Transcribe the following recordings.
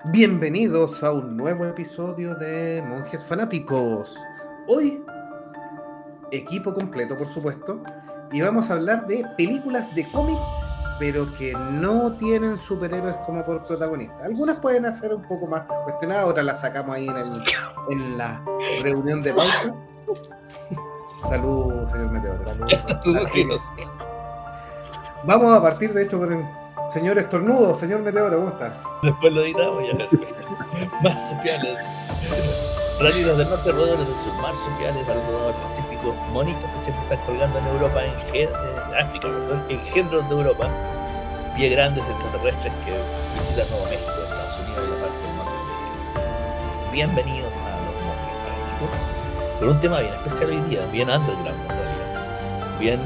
Bienvenidos a un nuevo episodio de Monjes Fanáticos. Hoy, equipo completo, por supuesto, y vamos a hablar de películas de cómic, pero que no tienen superhéroes como por protagonista. Algunas pueden ser un poco más cuestionadas, otras las sacamos ahí en la reunión de pauta. Salud, señor Meteoro. Así es. Vamos a partir, de hecho, con el señor Estornudo. Señor Meteoro, ¿cómo está? Después lo editamos y ya marsupiales, ranitos del norte, roedores del sur, marsupiales, alrededor del Pacífico, monitos que siempre están colgando en Europa, en África, perdón, engendros de Europa, pie grandes extraterrestres que visitan Nuevo México, Estados Unidos y la parte del norte. Bienvenidos a los Monjes Fanáticos, con un tema bien especial hoy día, bien underground en realidad, bien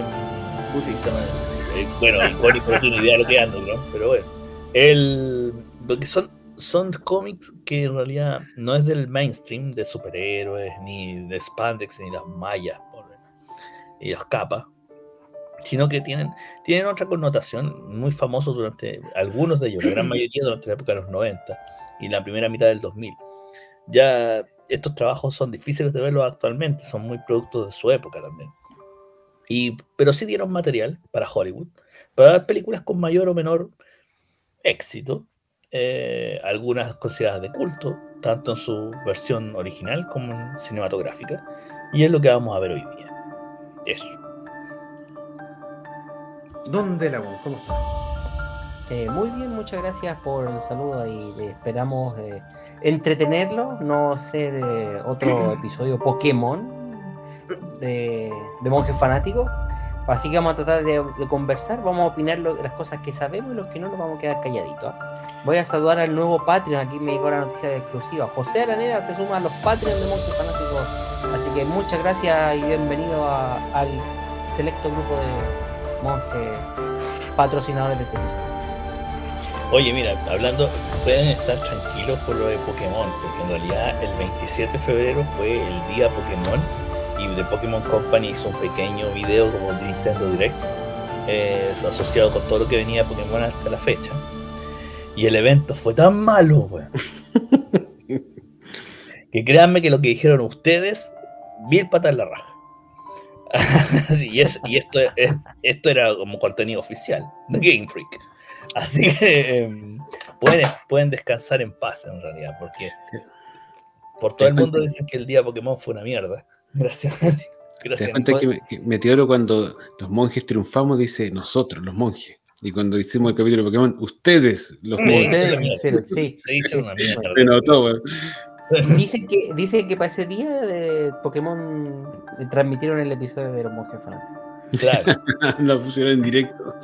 bueno, icónico, no tengo idea de lo que es underground, pero bueno. Porque son cómics que en realidad no es del mainstream de superhéroes, ni de spandex, ni las mallas y las capas, sino que tienen otra connotación, muy famosos durante, algunos de ellos, la gran mayoría durante la época de los 90 y la primera mitad del 2000. Ya estos trabajos son difíciles de verlos actualmente, son muy productos de su época también. Pero sí dieron material para Hollywood, para dar películas con mayor o menor éxito, algunas consideradas de culto, tanto en su versión original como en cinematográfica, y es lo que vamos a ver hoy día. Eso. Don Delagón, ¿cómo está? Muy bien, muchas gracias por el saludo y esperamos entretenerlo, no ser otro episodio Pokémon de Monjes Fanáticos. Así que vamos a tratar de conversar, vamos a opinar las cosas que sabemos y los que no nos vamos a quedar calladitos. Voy a saludar al nuevo Patreon, aquí me llegó la noticia de exclusiva. José Araneda se suma a los Patreon de Monjes Fanáticos, así que muchas gracias y bienvenido al selecto grupo de monjes patrocinadores de este episodio. Oye, mira, hablando, pueden estar tranquilos por lo de Pokémon, porque en realidad el 27 de febrero fue el día Pokémon y The Pokémon Company hizo un pequeño video como de Nintendo Direct asociado con todo lo que venía de Pokémon hasta la fecha. Y el evento fue tan malo, weón, que créanme que lo que dijeron ustedes, vi el pata en la raja. y esto era como contenido oficial de Game Freak. Así que pueden descansar en paz en realidad, porque por todo el mundo dicen que el día Pokémon fue una mierda. Gracias. ¿Te das cuenta que Meteoro, cuando los monjes triunfamos, dice nosotros, los monjes? Y cuando hicimos el capítulo de Pokémon, ustedes, los monjes. Ustedes, sí. Se hizo una mierda. Se notó, güey. Dicen que para ese día de Pokémon transmitieron el episodio de los Monjes Fanáticos. Claro. Lo pusieron en directo.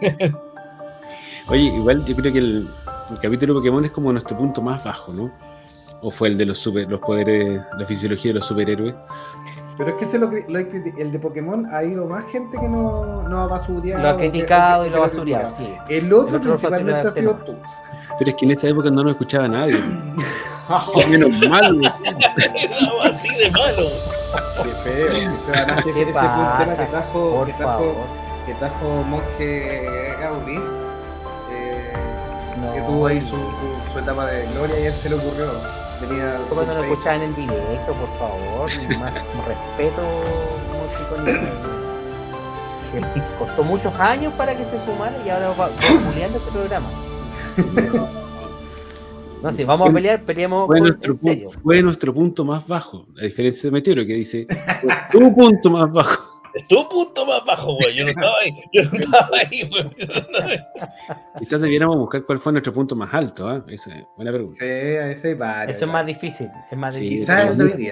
Oye, igual yo creo que el capítulo de Pokémon es como nuestro punto más bajo, ¿no? O fue el de los poderes, la fisiología de los superhéroes. Pero es que el de Pokémon ha ido más gente que no ha basureado. Lo ha criticado y lo ha basureado, sí. El otro principalmente ha sido tú. Pero es que en esa época no nos escuchaba nadie. Menos malo. Así de malo. Qué feo. Además, ese fue un tema que trajo Monje Gaudi. Que tuvo ahí su etapa de gloria y a él se le ocurrió. Cuando lo escuchaban en directo, por favor, más respeto, que costó muchos años para que se sumara y ahora va juliando este programa. No sé, vamos a peleamos fue nuestro punto más bajo, a diferencia de Meteoro que dice tu punto más bajo. Es tu punto más bajo, güey. Yo no estaba ahí, güey. Entonces debiéramos buscar cuál fue nuestro punto más alto, ¿eh? Esa es buena pregunta. Sí, ese hay varios. Eso es más difícil. Quizás el de hoy día.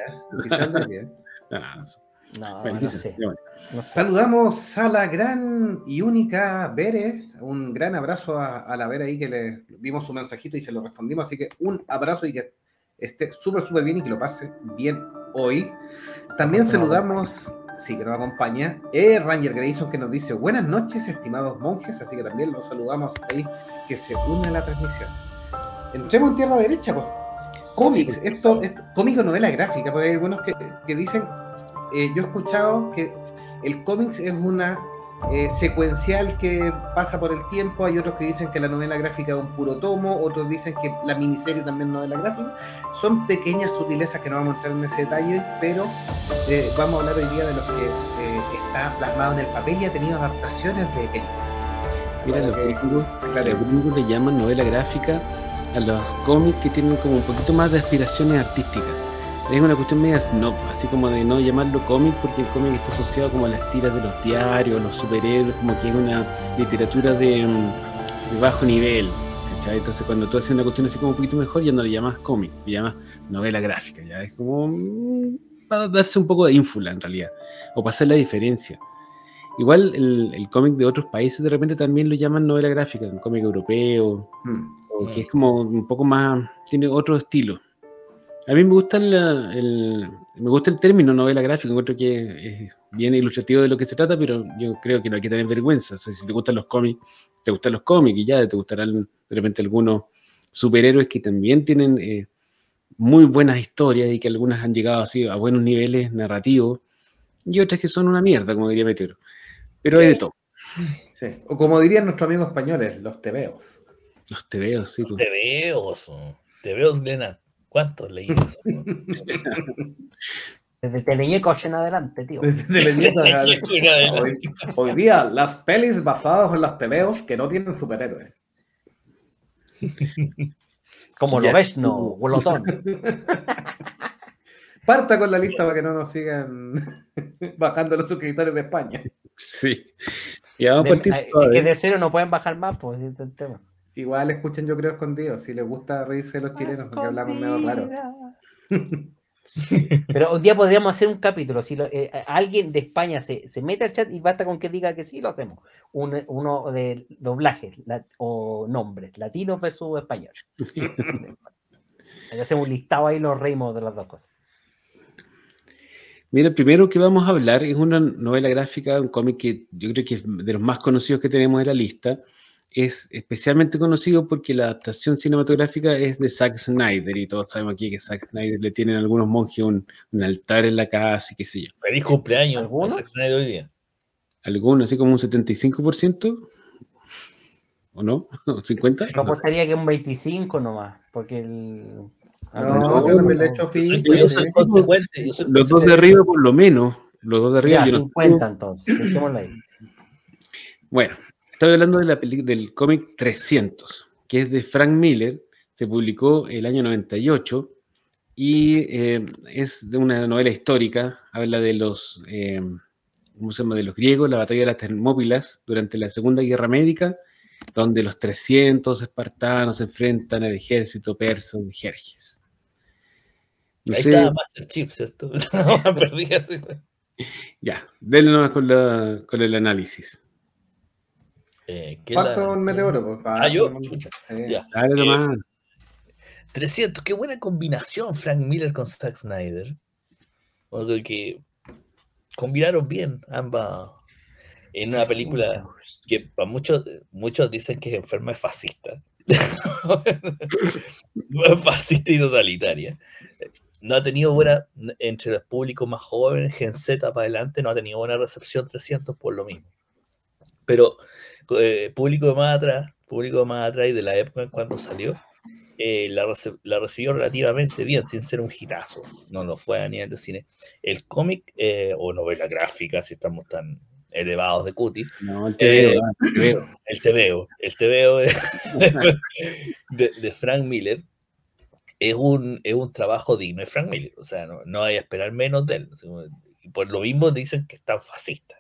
No sé. Saludamos a la gran y única Bere. Un gran abrazo a la Bere ahí, que le vimos su mensajito y se lo respondimos. Así que un abrazo y que esté súper bien y que lo pase bien hoy. También saludamos... Sí, que nos acompaña, Ranger Grayson, que nos dice buenas noches, estimados monjes, así que también los saludamos ahí, que se une a la transmisión. Entremos en tierra derecha, pues. Cómics, esto cómic o novela gráfica, porque hay algunos que dicen, yo he escuchado que el cómics es una secuencial que pasa por el tiempo. Hay otros que dicen que la novela gráfica es un puro tomo, otros dicen que la miniserie también es novela gráfica. Son pequeñas sutilezas que no vamos a entrar en ese detalle, pero vamos a hablar hoy día de los que está plasmado en el papel y ha tenido adaptaciones de películas. Mira, los gringos le llaman novela gráfica a los cómics que tienen como un poquito más de aspiraciones artísticas. Es una cuestión media snob, así como de no llamarlo cómic, porque el cómic está asociado como a las tiras de los diarios, los superhéroes, como que es una literatura de bajo nivel, ¿cachai? Entonces cuando tú haces una cuestión así como un poquito mejor, ya no le llamas cómic, le llamas novela gráfica, ya es como para darse un poco de ínfula en realidad, o para hacer la diferencia. Igual el cómic de otros países de repente también lo llaman novela gráfica, un cómic europeo, o que es como un poco más, tiene otro estilo. A mí me gusta me gusta el término novela gráfica, encuentro que es bien ilustrativo de lo que se trata, pero yo creo que no hay que tener vergüenza. O sea, si te gustan los cómics, te gustan los cómics y ya te gustarán de repente algunos superhéroes que también tienen muy buenas historias y que algunas han llegado así a buenos niveles narrativos y otras que son una mierda, como diría Meteoro. Pero hay de todo. Sí. O como dirían nuestros amigos españoles, los tebeos. Los tebeos, sí. Los tebeos, Glenat. ¿Cuántos leí eso? Desde Teleñecos en adelante, tío. Hoy día, las pelis basadas en los tebeos que no tienen superhéroes. Como lo ves, no, Golotón. Parta con la lista para que no nos sigan bajando los suscriptores de España. Sí. Ya vamos a partir que de cero no pueden bajar más, pues ese es el tema. Igual escuchen Yo Creo Escondido, si les gusta reírse de los chilenos, porque hablamos medio raro. Pero un día podríamos hacer un capítulo. Si alguien de España se mete al chat y basta con que diga que sí, lo hacemos. Uno de doblajes o nombres, latinos versus español. Hacemos un listado ahí y nos reímos de las dos cosas. Mira, el primero que vamos a hablar es una novela gráfica, un cómic que yo creo que es de los más conocidos que tenemos en la lista. Es especialmente conocido porque la adaptación cinematográfica es de Zack Snyder y todos sabemos aquí que Zack Snyder le tienen a algunos monjes un altar en la casa y qué sé yo. Feliz cumpleaños a Zack Snyder hoy día. Algunos, así como un 75%, ¿o no? ¿50? Yo apostaría que un 25 nomás, porque No, yo también le he hecho fin. Yo soy consecuente. Los dos de arriba por lo menos. Los dos de arriba. Ya, 50 entonces, dejémoslo ahí. Bueno. Estoy hablando de del cómic 300, que es de Frank Miller, se publicó el año 98 y es de una novela histórica, habla de los, ¿cómo se llama?, de los griegos, la batalla de las Termópilas durante la Segunda Guerra Médica, donde los 300 espartanos se enfrentan al ejército persa de Jerjes. No ahí está Master Chief, ¿cierto? No, perdí así. Ya, denle nomás con el análisis. Parto un meteoro. Yo, chucha. Ya. Dale nomás. 300, qué buena combinación Frank Miller con Zack Snyder. Que combinaron bien ambas en una película que para muchos dicen que es enferma, es fascista. Fascista y totalitaria. No ha tenido buena, entre los públicos más jóvenes, Gen Z para adelante, no ha tenido buena recepción 300 por lo mismo. Pero público más atrás y de la época en cuando salió, la recibió relativamente bien, sin ser un hitazo. No lo fue a nivel de cine. El cómic, o novela gráfica, si estamos tan elevados de cuti. No, el TVO. El TVO de Frank Miller es un trabajo digno de Frank Miller. O sea, no hay a esperar menos de él. Y por lo mismo dicen que es tan fascista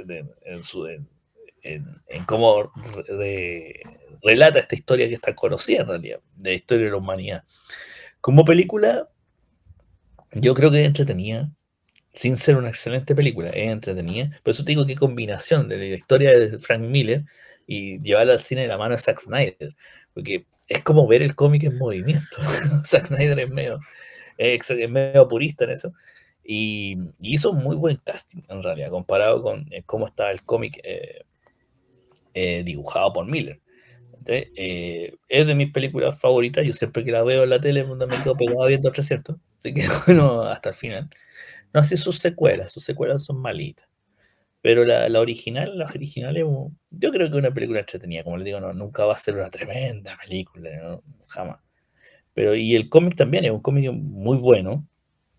en cómo relata esta historia que es tan conocida en realidad, de la historia de la humanidad. Como película, yo creo que es entretenida, sin ser una excelente película, es entretenida. Por eso te digo qué combinación de la historia de Frank Miller y llevarla al cine de la mano de Zack Snyder, porque es como ver el cómic en movimiento. Zack Snyder es medio purista en eso. Y hizo muy buen casting, en realidad, comparado con cómo está el cómic dibujado por Miller. Entonces, es de mis películas favoritas. Yo siempre que la veo en la tele me quedo pegado viendo 300. Así que bueno, hasta el final. No así sus secuelas son malitas. Pero la original, las originales, yo creo que es una película entretenida, como les digo, no, nunca va a ser una tremenda película, ¿no? Jamás. Pero, y el cómic también es un cómic muy bueno,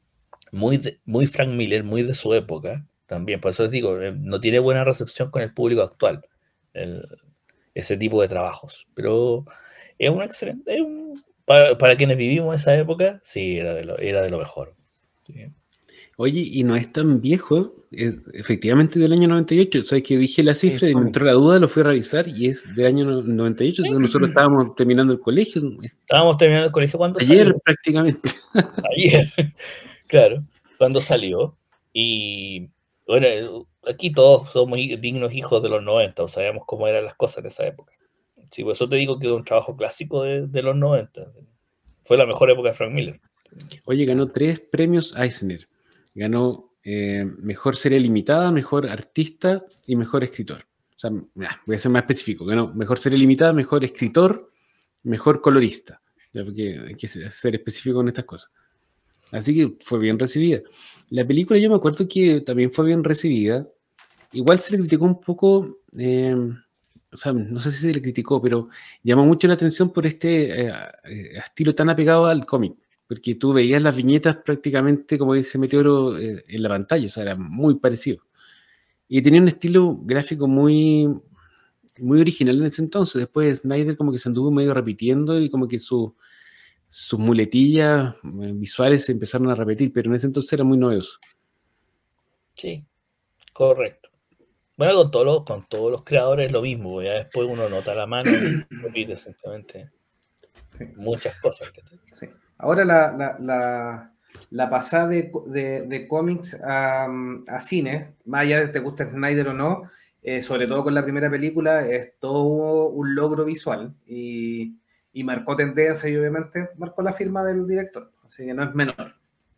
muy Frank Miller, muy de su época, también, por eso les digo, no tiene buena recepción con el público actual, ese tipo de trabajos, pero es un excelente, para quienes vivimos esa época, sí, era de lo mejor. Sí. Oye, y no es tan viejo, es efectivamente del año 98. Sabes que dije la cifra y me entró la duda, lo fui a revisar y es del año 98. Entonces nosotros estábamos terminando el colegio. Estábamos terminando el colegio cuando Ayer salió. prácticamente. Ayer, claro, cuando salió. Y bueno, aquí todos somos dignos hijos de los 90, o sabemos cómo eran las cosas en esa época. Sí, por eso te digo que es un trabajo clásico de los 90. Fue la mejor época de Frank Miller. Oye, ganó 3 premios Eisner. Ganó mejor serie limitada, mejor artista y mejor escritor. O sea, voy a ser más específico. Ganó mejor serie limitada, mejor escritor, mejor colorista. Ya, porque hay que ser específico con estas cosas. Así que fue bien recibida. La película yo me acuerdo que también fue bien recibida. Igual se le criticó un poco, o sea, no sé si se le criticó, pero llamó mucho la atención por este estilo tan apegado al cómic. Porque tú veías las viñetas prácticamente como ese meteoro en la pantalla, o sea, era muy parecido. Y tenía un estilo gráfico muy, muy original en ese entonces. Después Snyder como que se anduvo medio repitiendo y como que sus muletillas visuales se empezaron a repetir, pero en ese entonces era muy novedoso. Sí, correcto. Bueno, con todos los creadores es lo mismo, ya después uno nota la mano y repite simplemente muchas cosas. Sí. Ahora la pasada de cómics a cine, más allá de si te gusta Snyder o no, sobre todo con la primera película, es todo un logro visual y marcó tendencia y obviamente marcó la firma del director, así que no es menor.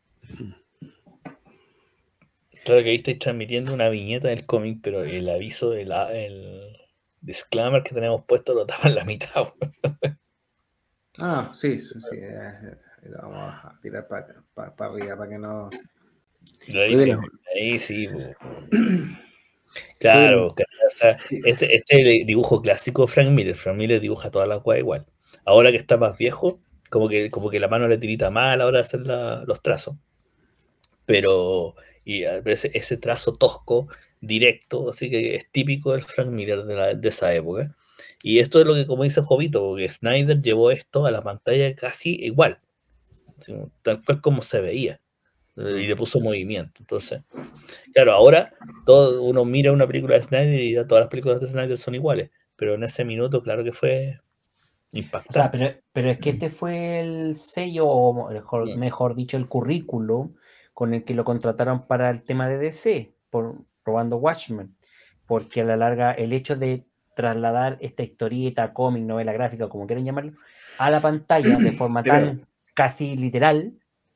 Claro que ahí estáis transmitiendo una viñeta del cómic, pero el aviso, el disclaimer que tenemos puesto lo tapa en la mitad. Sí. Lo vamos a tirar para arriba para que no... Ahí sí. Claro, o sea, este es el dibujo clásico de Frank Miller. Frank Miller dibuja todas las cosas igual. Ahora que está más viejo, como que la mano le tirita más a la hora de hacer los trazos. Pero ese trazo tosco, directo, así que es típico del Frank Miller de esa época. Y esto es lo que, como dice Jovito, porque Snyder llevó esto a la pantalla casi igual, tal cual como se veía, y le puso movimiento. Entonces, claro, ahora uno mira una película de Snyder y todas las películas de Snyder son iguales, pero en ese minuto, claro que fue impactante. O sea, pero es que este fue el sello, o mejor dicho, el currículum con el que lo contrataron para el tema de DC, probando Watchmen, porque a la larga el hecho de trasladar esta historieta, cómic, novela gráfica, como quieran llamarlo, a la pantalla de forma tan casi literal,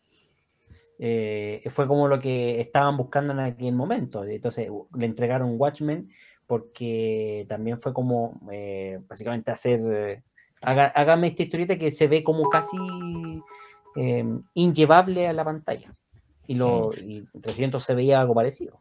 fue como lo que estaban buscando en aquel momento. Entonces le entregaron Watchmen porque también fue como básicamente hacer... hágame esta historieta que se ve como casi inllevable a la pantalla. Y 300 se veía algo parecido.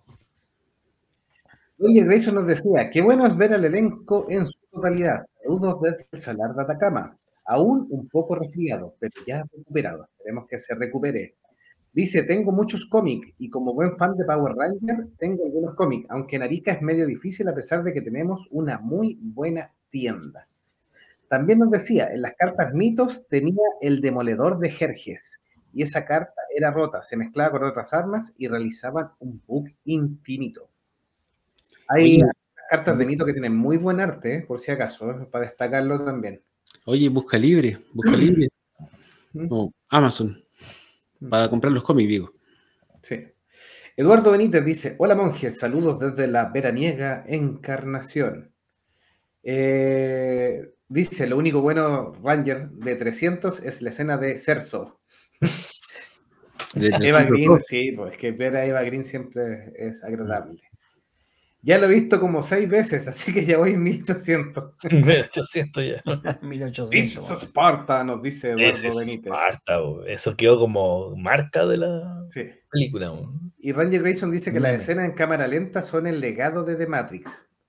Oye, Grayson nos decía, qué bueno es ver al elenco en su totalidad. Saludos desde el Salar de Atacama. Aún un poco resfriado, pero ya recuperado. Esperemos que se recupere. Dice, tengo muchos cómics y como buen fan de Power Ranger, tengo algunos cómics, aunque en Arica es medio difícil a pesar de que tenemos una muy buena tienda. También nos decía, en las cartas mitos tenía el demoledor de Jerjes y esa carta era rota, se mezclaba con otras armas y realizaban un bug infinito. Hay cartas de mito que tienen muy buen arte, por si acaso, para destacarlo también. Oye, busca libre. O Amazon, para comprar los cómics, digo. Sí. Eduardo Benítez dice, hola monjes, saludos desde la veraniega Encarnación. Dice, lo único bueno, Ranger, de 300 es la escena de Cerso. Eva Green, sí, pues que ver a Eva Green siempre es agradable. Ya lo he visto como 6 veces, así que ya voy en 1800. 1800 ya. 1800. This is Sparta, nos dice Eduardo Benítez. Esparta, eso quedó como marca de la Sí. película. Y Ranger Grayson dice que las escenas en cámara lenta son el legado de The Matrix.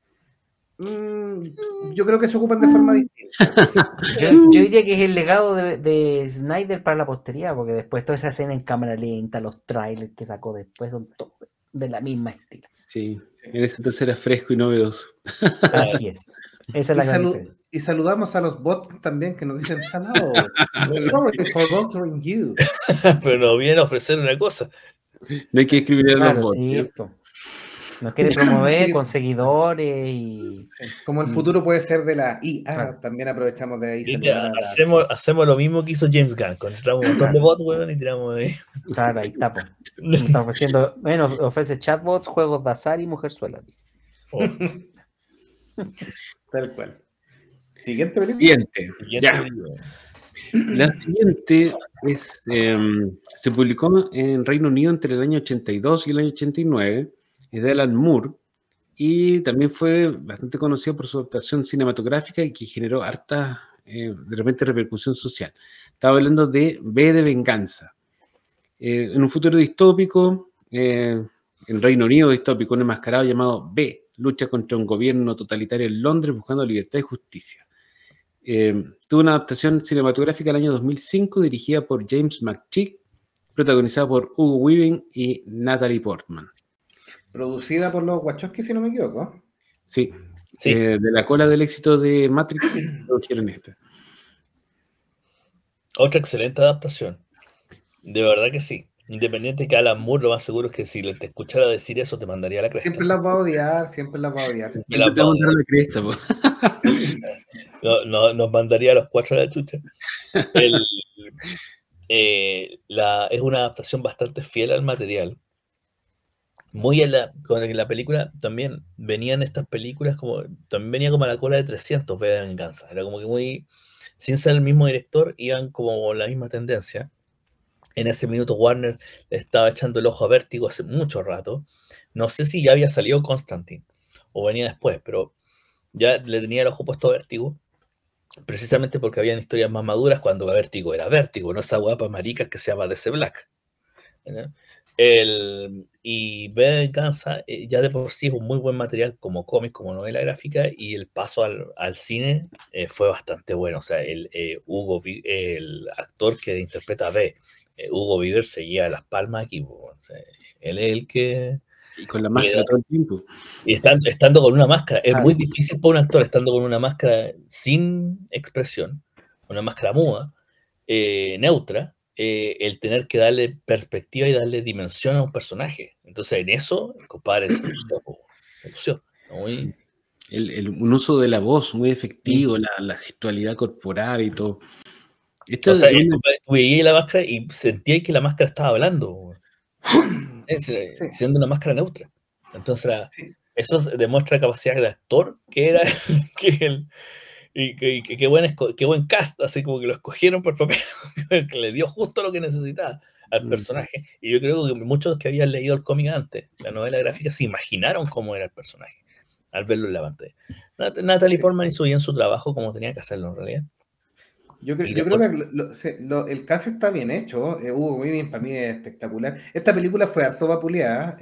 Yo creo que se ocupan de forma distinta. Yo diría que es el legado de Snyder para la posteridad, porque después toda esa escena en cámara lenta, los trailers que sacó después son todos de la misma estilo. Sí, en ese entonces era fresco y novedoso. Así es. Esa es la gran diferencia. Y saludamos a los bots también que nos dicen hello. Sorry for bothering you. Pero nos viene a ofrecer una cosa. No hay que escribir a los bots. Sí, ¿eh? nos quiere promover Sí. con seguidores y... Sí. Como el futuro puede ser de la IA, Claro. también aprovechamos de ahí. Y saludar a la- hacemos lo mismo que hizo James Gunn. Contratamos un montón de bots, weón, y tiramos ahí. Claro, ahí está. Pues. Me está ofreciendo, bueno, ofrece chatbots, juegos de azar y mujerzuelas, dice. Oh, Tal cual. Siguiente película. Siguiente. y Ya. este video. La siguiente es, se publicó en Reino Unido entre el año 82 y el año 89. Es de Alan Moore y también fue bastante conocido por su adaptación cinematográfica y que generó harta, de repente, repercusión social. Estaba hablando de V de Venganza. En un futuro distópico, en Reino Unido distópico, un enmascarado llamado V lucha contra un gobierno totalitario en Londres buscando libertad y justicia. Tuvo una adaptación cinematográfica el año 2005 dirigida por James McTeague, protagonizada por Hugo Weaving y Natalie Portman. Producida por los Wachowski, si no me equivoco. Sí, Sí. de la cola del éxito de Matrix, produjeron esta. Otra excelente adaptación. De verdad que sí. Independiente que Alan Moore, lo más seguro es que si te escuchara decir eso, te mandaría a la cresta. Siempre las va a odiar, siempre las va a odiar. Siempre las Te va a vamos a dar odiar. la cresta, po. No, nos mandaría a los 4 a la chucha. Es una adaptación bastante fiel al material. Muy con la película también venían estas películas también venía como a la cola de 300 V de Venganza. Era como que muy, sin ser el mismo director, iban como la misma tendencia. En ese minuto Warner le estaba echando el ojo a Vértigo hace mucho rato. No sé si ya había salido Constantine o venía después, pero ya le tenía el ojo puesto a Vértigo, precisamente porque habían historias más maduras cuando Vértigo era Vértigo, no esa guapa marica que se llama DC Black. ¿No? Y V de Venganza ya de por sí es un muy buen material como cómic, como novela gráfica, y el paso al cine fue bastante bueno. O sea, Hugo, el actor que interpreta a V, Hugo Weaving, se lleva las palmas aquí. O sea, él es el que... Y con la máscara todo el tiempo. Y estando con una máscara. Es muy difícil para un actor estando con una máscara sin expresión, una máscara muda, neutra, el tener que darle perspectiva y darle dimensión a un personaje. Entonces, en eso, el compadre se lució. Un uso de la voz muy efectivo, la gestualidad corporal y todo. O sea, veía la máscara y sentía que la máscara estaba hablando, siendo una máscara neutra. Entonces, eso demuestra capacidad de actor que era y qué buen cast, así como que lo escogieron por papel, que le dio justo lo que necesitaba al personaje. Y yo creo que muchos que habían leído el cómic antes, la novela gráfica, se imaginaron cómo era el personaje al verlo en la pantalla. Natalie Portman hizo bien su trabajo como tenía que hacerlo en realidad. Yo creo que el caso está bien hecho. Hugo Weaving para mí es espectacular. Esta película fue harto vapuleada.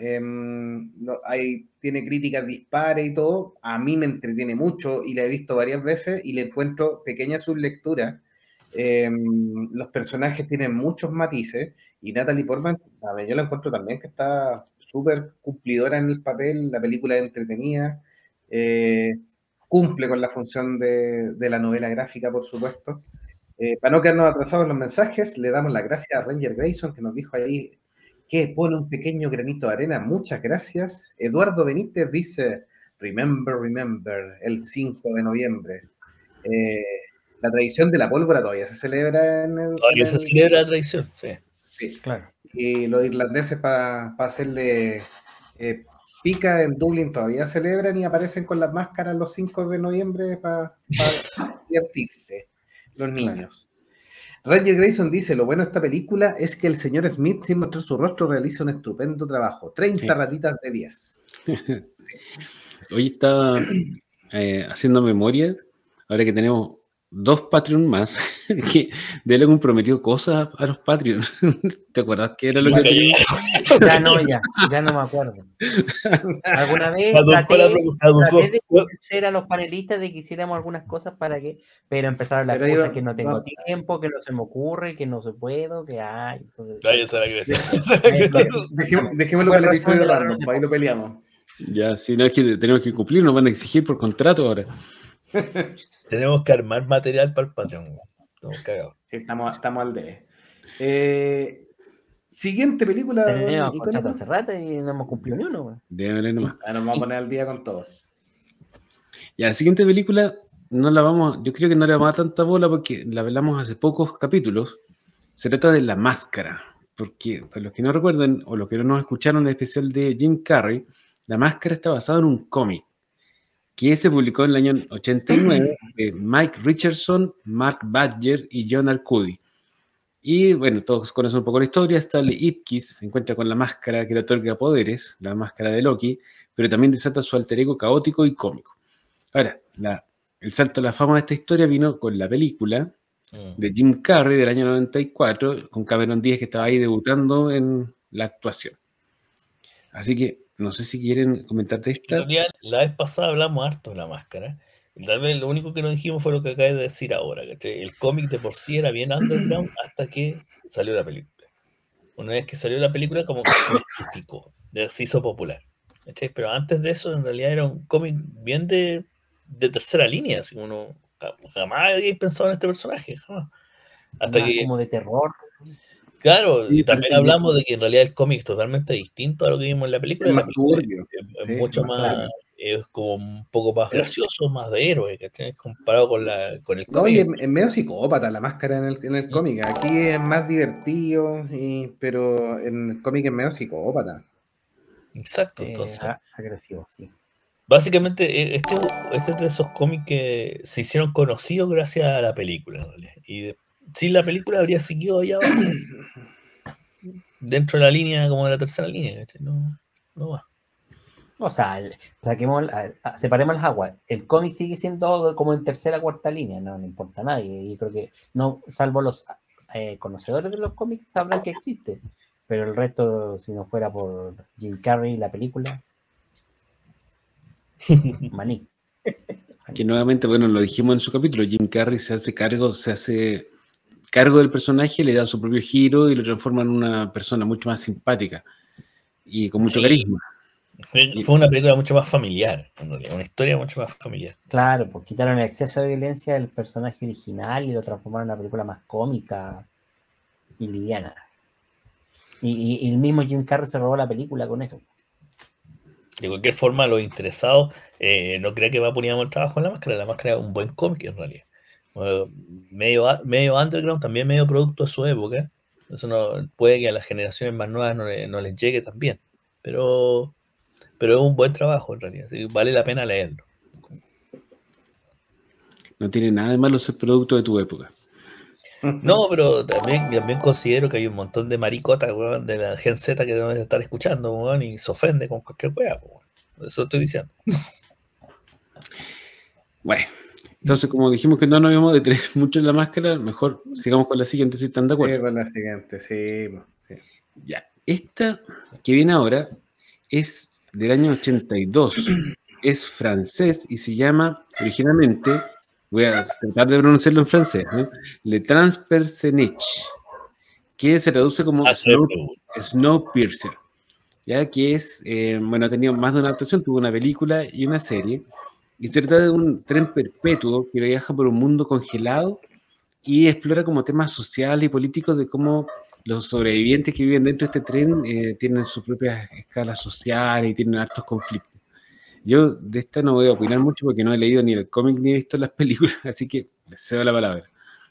Tiene críticas dispares y todo. A mí me entretiene mucho y la he visto varias veces y le encuentro pequeña sublectura. Los personajes tienen muchos matices y Natalie Portman, a ver, yo la encuentro también que está súper cumplidora en el papel. La película es entretenida. Cumple con la función de la novela gráfica, por supuesto. Para no quedarnos atrasados en los mensajes, le damos las gracias a Ranger Grayson, que nos dijo ahí que pone un pequeño granito de arena. Muchas gracias. Eduardo Benítez dice, remember, el 5 de noviembre. La tradición de la pólvora todavía se celebra Todavía se celebra la tradición, sí. Sí, claro. Y los irlandeses para hacerle pica en Dublín todavía celebran y aparecen con las máscaras los 5 de noviembre para divertirse los niños. Claro. Ranger Grayson dice, lo bueno de esta película es que el señor Smith, sin mostrar su rostro, realiza un estupendo trabajo. 30 ratitas de 10. Hoy estaba haciendo memoria, ahora que tenemos 2 Patreon más, que de él han prometido cosas a los Patreon. ¿Te acuerdas qué era lo que teníamos? Ya no me acuerdo. Alguna vez Caducó la traté de convencer a los panelistas de que hiciéramos algunas cosas pero empezaron las Pero cosas yo- que no tengo tiempo, que no se me ocurre, que no se puedo, que hay. Entonces, Esa era la que- Dejémoslo fue para el el resumen episodio de la random, reunión. ahí lo peleamos. Ya, si no es que tenemos que cumplir, nos van a exigir por contrato ahora. Tenemos que armar material para el Patreon. Estamos cagados. Sí, estamos al debe. Siguiente película, don Teníamos contrato Icónico. hace rato y no hemos cumplido ni uno. Güey. Déjame nomás. Ahora nos vamos a poner al día con todos. Ya, la siguiente película no la vamos, yo creo que no le vamos a dar tanta bola porque la hablamos hace pocos capítulos. Se trata de La Máscara, porque para los que no recuerdan o los que no nos escucharon el especial de Jim Carrey, La Máscara está basada en un cómic que se publicó en el año 89 de Mike Richardson, Mark Badger y John Arcudi. Y bueno, todos conocen un poco la historia. Stanley Ipkiss se encuentra con la máscara que le otorga poderes, la máscara de Loki, pero también desata su alter ego caótico y cómico. Ahora, el salto a la fama de esta historia vino con la película de Jim Carrey del año 94, con Cameron Díaz que estaba ahí debutando en la actuación. Así que, no sé si quieren comentar de esta. La vez pasada hablamos harto de La Máscara. Y tal vez lo único que no dijimos fue lo que acabé de decir ahora. ¿Cachai? El cómic de por sí era bien underground hasta que salió la película. Una vez que salió la película, como que se masificó, se hizo popular. ¿Cachai? Pero antes de eso, en realidad era un cómic bien de tercera línea. Así uno jamás había pensado en este personaje, jamás. Hasta más que, como de terror. claro, Sí, y también hablamos de que en realidad el cómic es totalmente distinto a lo que vimos en la película. Es La más película turbio. es Sí, mucho más más, turbio. es como un poco más gracioso, más de héroe, ¿cachai? Comparado con el No, y cómic. es medio psicópata la máscara en el cómic. Aquí es más divertido, pero en el cómic es medio psicópata. Exacto, entonces. Agresivo, sí. Básicamente, este es de esos cómics que se hicieron conocidos gracias a la película, en realidad. Y sin la película habría seguido allá abajo, dentro de la línea, como de la tercera línea, ¿cachai? No va. O sea, separemos las aguas. El cómic sigue siendo como en tercera o cuarta línea, no le importa a nadie. Yo creo que, no, salvo los conocedores de los cómics, sabrán que existe. Pero el resto, si no fuera por Jim Carrey y la película, maní. Que nuevamente, bueno, lo dijimos en su capítulo, Jim Carrey se hace cargo del personaje, le da su propio giro y lo transforma en una persona mucho más simpática y con mucho carisma. Fue una película mucho más familiar, en realidad, una historia mucho más familiar. Claro, pues quitaron el exceso de violencia del personaje original y lo transformaron en una película más cómica y liviana. Y el mismo Jim Carrey se robó la película con eso. De cualquier forma, los interesados no creen que va a poner el trabajo en La Máscara. La Máscara es un buen cómic, en realidad. Medio underground, también medio producto de su época. Eso no, puede que a las generaciones más nuevas no les llegue tan bien. Pero es un buen trabajo, en realidad. Así que vale la pena leerlo. No tiene nada de malo ser producto de tu época. No, pero también considero que hay un montón de maricotas, weón, de la Gen Z que deben estar escuchando, weón, y se ofende con cualquier weá, weón. Eso estoy diciendo. Bueno, entonces como dijimos que no nos íbamos a detener mucho en La Máscara, mejor sigamos con la siguiente si están de acuerdo. Sí, con la siguiente, sí. Ya, esta que viene ahora es del año 82, es francés y se llama originalmente, voy a tratar de pronunciarlo en francés, ¿no? Le Transpercenage, que se traduce como Snowpiercer, ya que es, bueno, ha tenido más de una adaptación, tuvo una película y una serie, y se trata de un tren perpetuo que viaja por un mundo congelado y explora como temas sociales y políticos de cómo los sobrevivientes que viven dentro de este tren tienen sus propias escalas sociales y tienen hartos conflictos. Yo de esta no voy a opinar mucho porque no he leído ni el cómic ni he visto las películas, así que les cedo la palabra.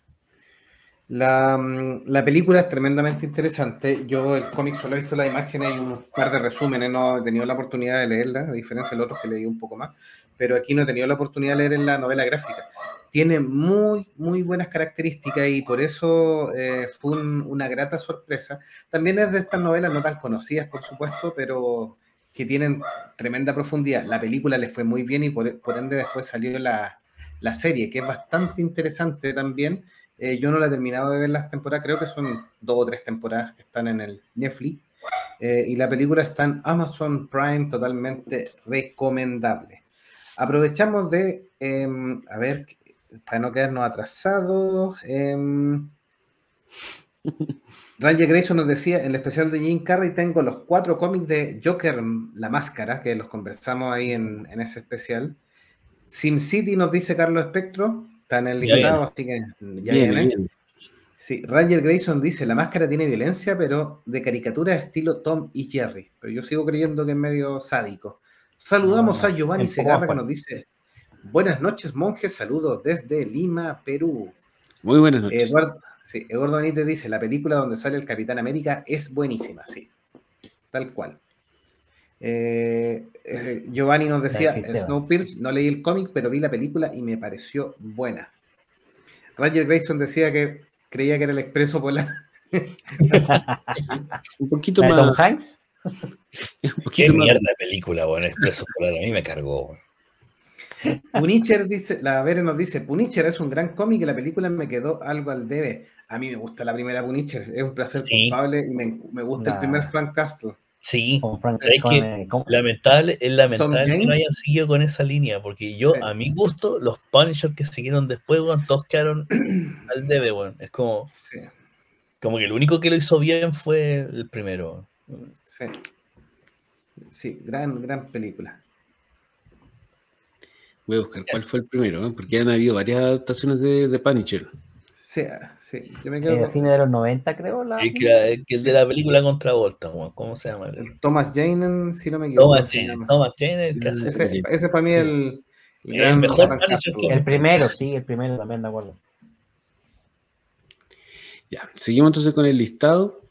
La película es tremendamente interesante. Yo el cómic solo he visto las imágenes y un par de resúmenes, no he tenido la oportunidad de leerla, a diferencia de los otros que leí un poco más, pero aquí no he tenido la oportunidad de leer en la novela gráfica. Tiene muy, muy buenas características y por eso fue una grata sorpresa. También es de estas novelas no tan conocidas, por supuesto, pero que tienen tremenda profundidad. La película les fue muy bien y por ende después salió la serie, que es bastante interesante también. Yo no la he terminado de ver las temporadas, creo que son 2 o 3 temporadas que están en el Netflix. Y la película está en Amazon Prime, totalmente recomendable. Aprovechamos de, a ver, para no quedarnos atrasados, Ranger Grayson nos decía, en el especial de Jim Carrey tengo los 4 cómics de Joker, La Máscara, que los conversamos ahí en ese especial. SimCity nos dice Carlos Espectro, está en el listado, así que ya viene. Bien. Sí, Ranger Grayson dice, La Máscara tiene violencia, pero de caricatura estilo Tom y Jerry. Pero yo sigo creyendo que es medio sádico. Saludamos a Giovanni Segarra, que nos dice, buenas noches, monjes, saludos desde Lima, Perú. Muy buenas noches. Eduardo Benítez dice, la película donde sale el Capitán América es buenísima, sí, tal cual. Giovanni nos decía, Snowpiercer, no leí el cómic, pero vi la película y me pareció buena. Ranger Grayson decía que creía que era el Expreso Polar. Un poquito más. ¿Tom Hanks? Qué mierda de película, bueno, Expreso Polar, a mí me cargó. Punisher dice, la Vere nos dice, Punisher es un gran cómic y la película me quedó algo al debe. A mí me gusta la primera Punisher, es un placer culpable y me gusta el primer Frank Castle. Sí, es que lamentable que no hayan seguido con esa línea, porque yo, a mi gusto, los Punisher que siguieron después, bueno, todos quedaron al debe, bueno. Es como, como que el único que lo hizo bien fue el primero. Sí, gran película. Voy a buscar cuál fue el primero, porque han habido varias adaptaciones de Punisher. Sí, yo me quedo fines de los 90, creo. Que el de la película contra Volta, ¿cómo se llama? El Thomas Jane, si no me equivoco. Thomas Jane, ese para mí es el mejor Punisher. El primero, sí, el primero también, de acuerdo. Ya, seguimos entonces con el listado.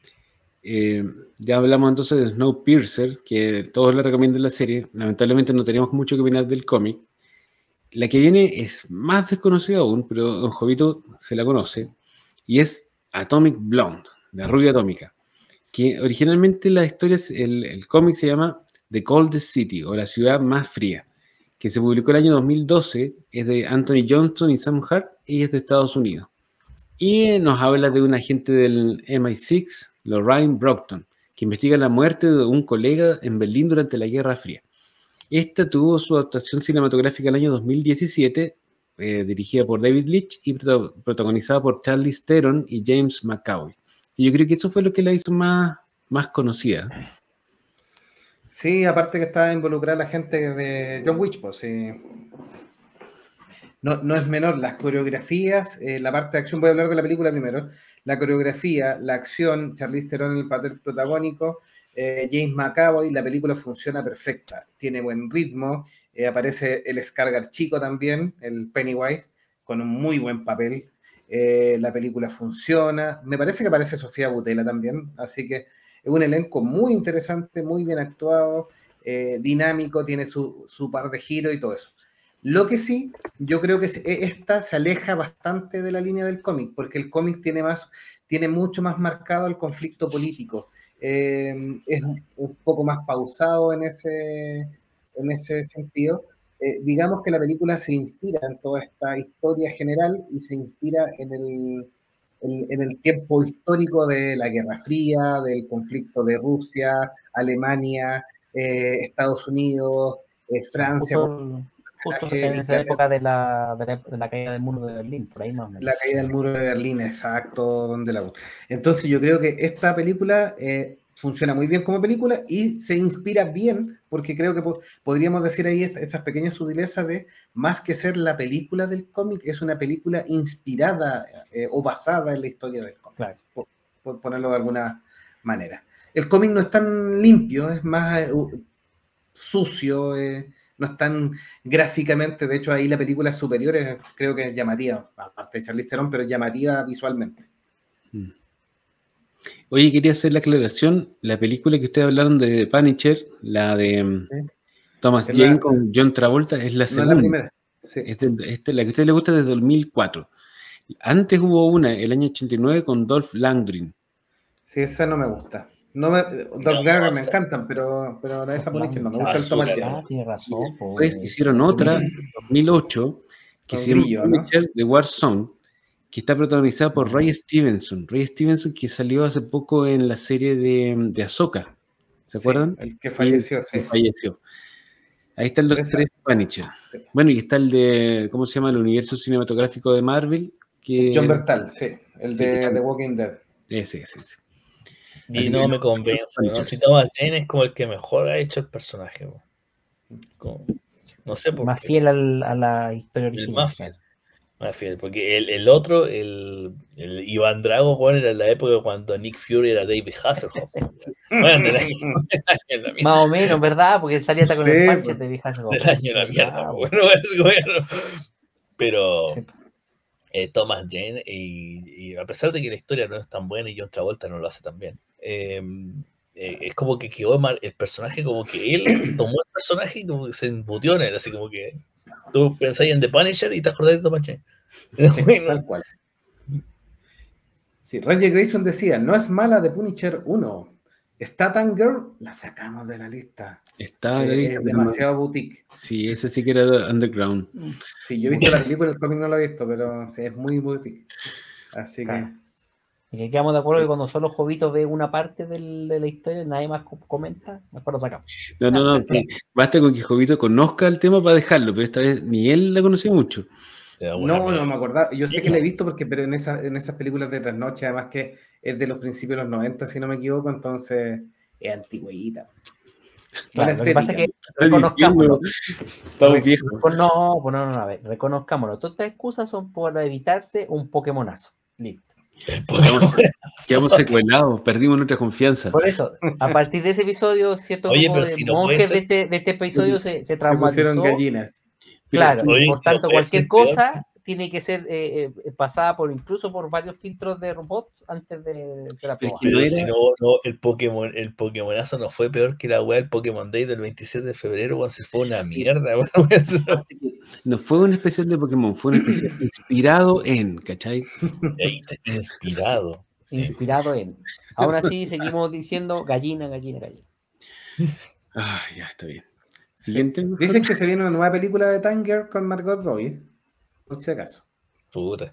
Ya hablamos entonces de Snowpiercer, que todos le recomiendan la serie. Lamentablemente no tenemos mucho que opinar del cómic. La que viene es más desconocida aún, pero don Jovito se la conoce, y es Atomic Blonde, la rubia atómica, que originalmente la historia, el cómic se llama The Coldest City, o la ciudad más fría, que se publicó el año 2012, es de Anthony Johnston y Sam Hart, y es de Estados Unidos. Y nos habla de un agente del MI6, Lorraine Brockton, que investiga la muerte de un colega en Berlín durante la Guerra Fría. Esta tuvo su adaptación cinematográfica el año 2017, dirigida por David Leitch y protagonizada por Charlize Theron y James McAvoy. Y yo creo que eso fue lo que la hizo más conocida. Sí, aparte que está involucrada la gente de John Wick, pues sí. No es menor, las coreografías, la parte de acción, voy a hablar de la película primero, la coreografía, la acción, Charlize Theron en el papel protagónico, James McAvoy, la película funciona perfecta, tiene buen ritmo, aparece el Skarsgård chico también, el Pennywise, con un muy buen papel, la película funciona, me parece que aparece Sofía Boutella también, así que es un elenco muy interesante, muy bien actuado, dinámico, tiene su par de giros y todo eso. Lo que sí, yo creo que esta se aleja bastante de la línea del cómic, porque el cómic tiene mucho más marcado el conflicto político. Es un poco más pausado en ese sentido. Digamos que la película se inspira en toda esta historia general y se inspira en el tiempo histórico de la Guerra Fría, del conflicto de Rusia, Alemania, Estados Unidos, Francia. Justo en esa época de la caída del muro de Berlín, por ahí más o menos. La caída del muro de Berlín, exacto, donde la. Entonces yo creo que esta película funciona muy bien como película y se inspira bien, porque creo que podríamos decir ahí estas pequeñas sutilezas de, más que ser la película del cómic, es una película inspirada o basada en la historia del cómic, claro. por ponerlo de alguna manera. El cómic no es tan limpio, es más sucio, no es tan gráficamente, de hecho ahí la película superior creo que es llamativa, aparte de Charlize Theron, pero es llamativa visualmente. Oye, quería hacer la aclaración, la película que ustedes hablaron de Punisher, la de Thomas Jane con John Travolta, es la segunda. No es la primera. Sí. La que a ustedes les gusta es de 2004. Antes hubo una, el año 89, con Dolph Lundgren. Sí, esa no me gusta. No me, No, Doc Garner o me sea, encantan, pero esa Punisher no me gusta el basura, Thomas ¿no? Jane. Tiene razón. Después hicieron otra en 2008 que Con se llama Grillo, ¿no? Punisher de Warzone, que está protagonizada por Ray Stevenson. Ray Stevenson que salió hace poco en la serie de Ahsoka. ¿Se Sí, acuerdan? el que Y falleció, sí. falleció. Ahí están los Esa- tres Punisher. sí. Bueno, y está el de, ¿cómo se llama? El universo cinematográfico de Marvel. John Bertal, sí, el Sí, de The Walking Dead. ese. Y Así no que- me convence, ¿no? Punisher. Si Thomas Jane es como el que mejor ha hecho el personaje, ¿no? Como- no sé por Más qué. fiel a la historia El original. más fiel. Más fiel, porque el otro, el Iván Drago, bueno, era en la época cuando Nick Fury era David Hasselhoff. Bueno, del año de la mierda. Más o menos, ¿verdad? Porque salía hasta con Sí, el parche pues. de viejas. Del año de la mierda. Bueno, pero Sí. Thomas Jane, y a pesar de que la historia no es tan buena y John Travolta no lo hace tan bien, es como que quedó mal el personaje, como que él tomó el personaje y como que se embutió en él, así como que tú pensáis en The Punisher y te acordás de Thomas Jane. Sí, Bueno, tal cual. Sí, Ranger Grayson decía, no es mala de Punisher 1. Está Tan Girl, la sacamos de la lista. Está en la lista, Es pero demasiado boutique. sí, ese sí que era underground. Sí, yo he visto la película, el cómic no lo he visto, pero sí, es muy boutique. Así Claro. Y que quedamos de acuerdo que cuando solo Jovito ve una parte de la historia, nadie más comenta, mejor lo sacamos. No, que basta con que Jovito conozca el tema para dejarlo, pero esta vez ni él la conoció mucho. No me acordaba. Yo sé que la he visto pero en esas películas de trasnoche, además que es de los principios de los 90, si no me equivoco, entonces es antigüita. Claro, lo que pasa es que Está reconozcámoslo. diciendo, estamos viejos. No, a ver, reconozcámoslo. Todas estas excusas son por evitarse un Pokémonazo. Listo. Quedamos secuelados, perdimos nuestra confianza. Por eso, a partir de ese episodio, cierto Oye, grupo pero de si no puede monjes ser- de este episodio se Se traumatizó. pusieron gallinas. Claro, Oye, y por si no tanto, puede cualquier ser peor, cosa tiene que ser pasada incluso por varios filtros de robots antes de ser Pero aprobada. es que no pero era- si el Pokémonazo no fue peor que la weá del Pokémon Day del 27 de febrero, cuando se fue una mierda, weón. No fue un especial de Pokémon, fue un especial inspirado en, ¿cachai? Ahí está inspirado. Inspirado en. Aún así, seguimos diciendo gallina. Ah, ya, está bien. Siguiente. Sí. Dicen que se viene una nueva película de Tanger con Margot Robbie, por si acaso. Puta.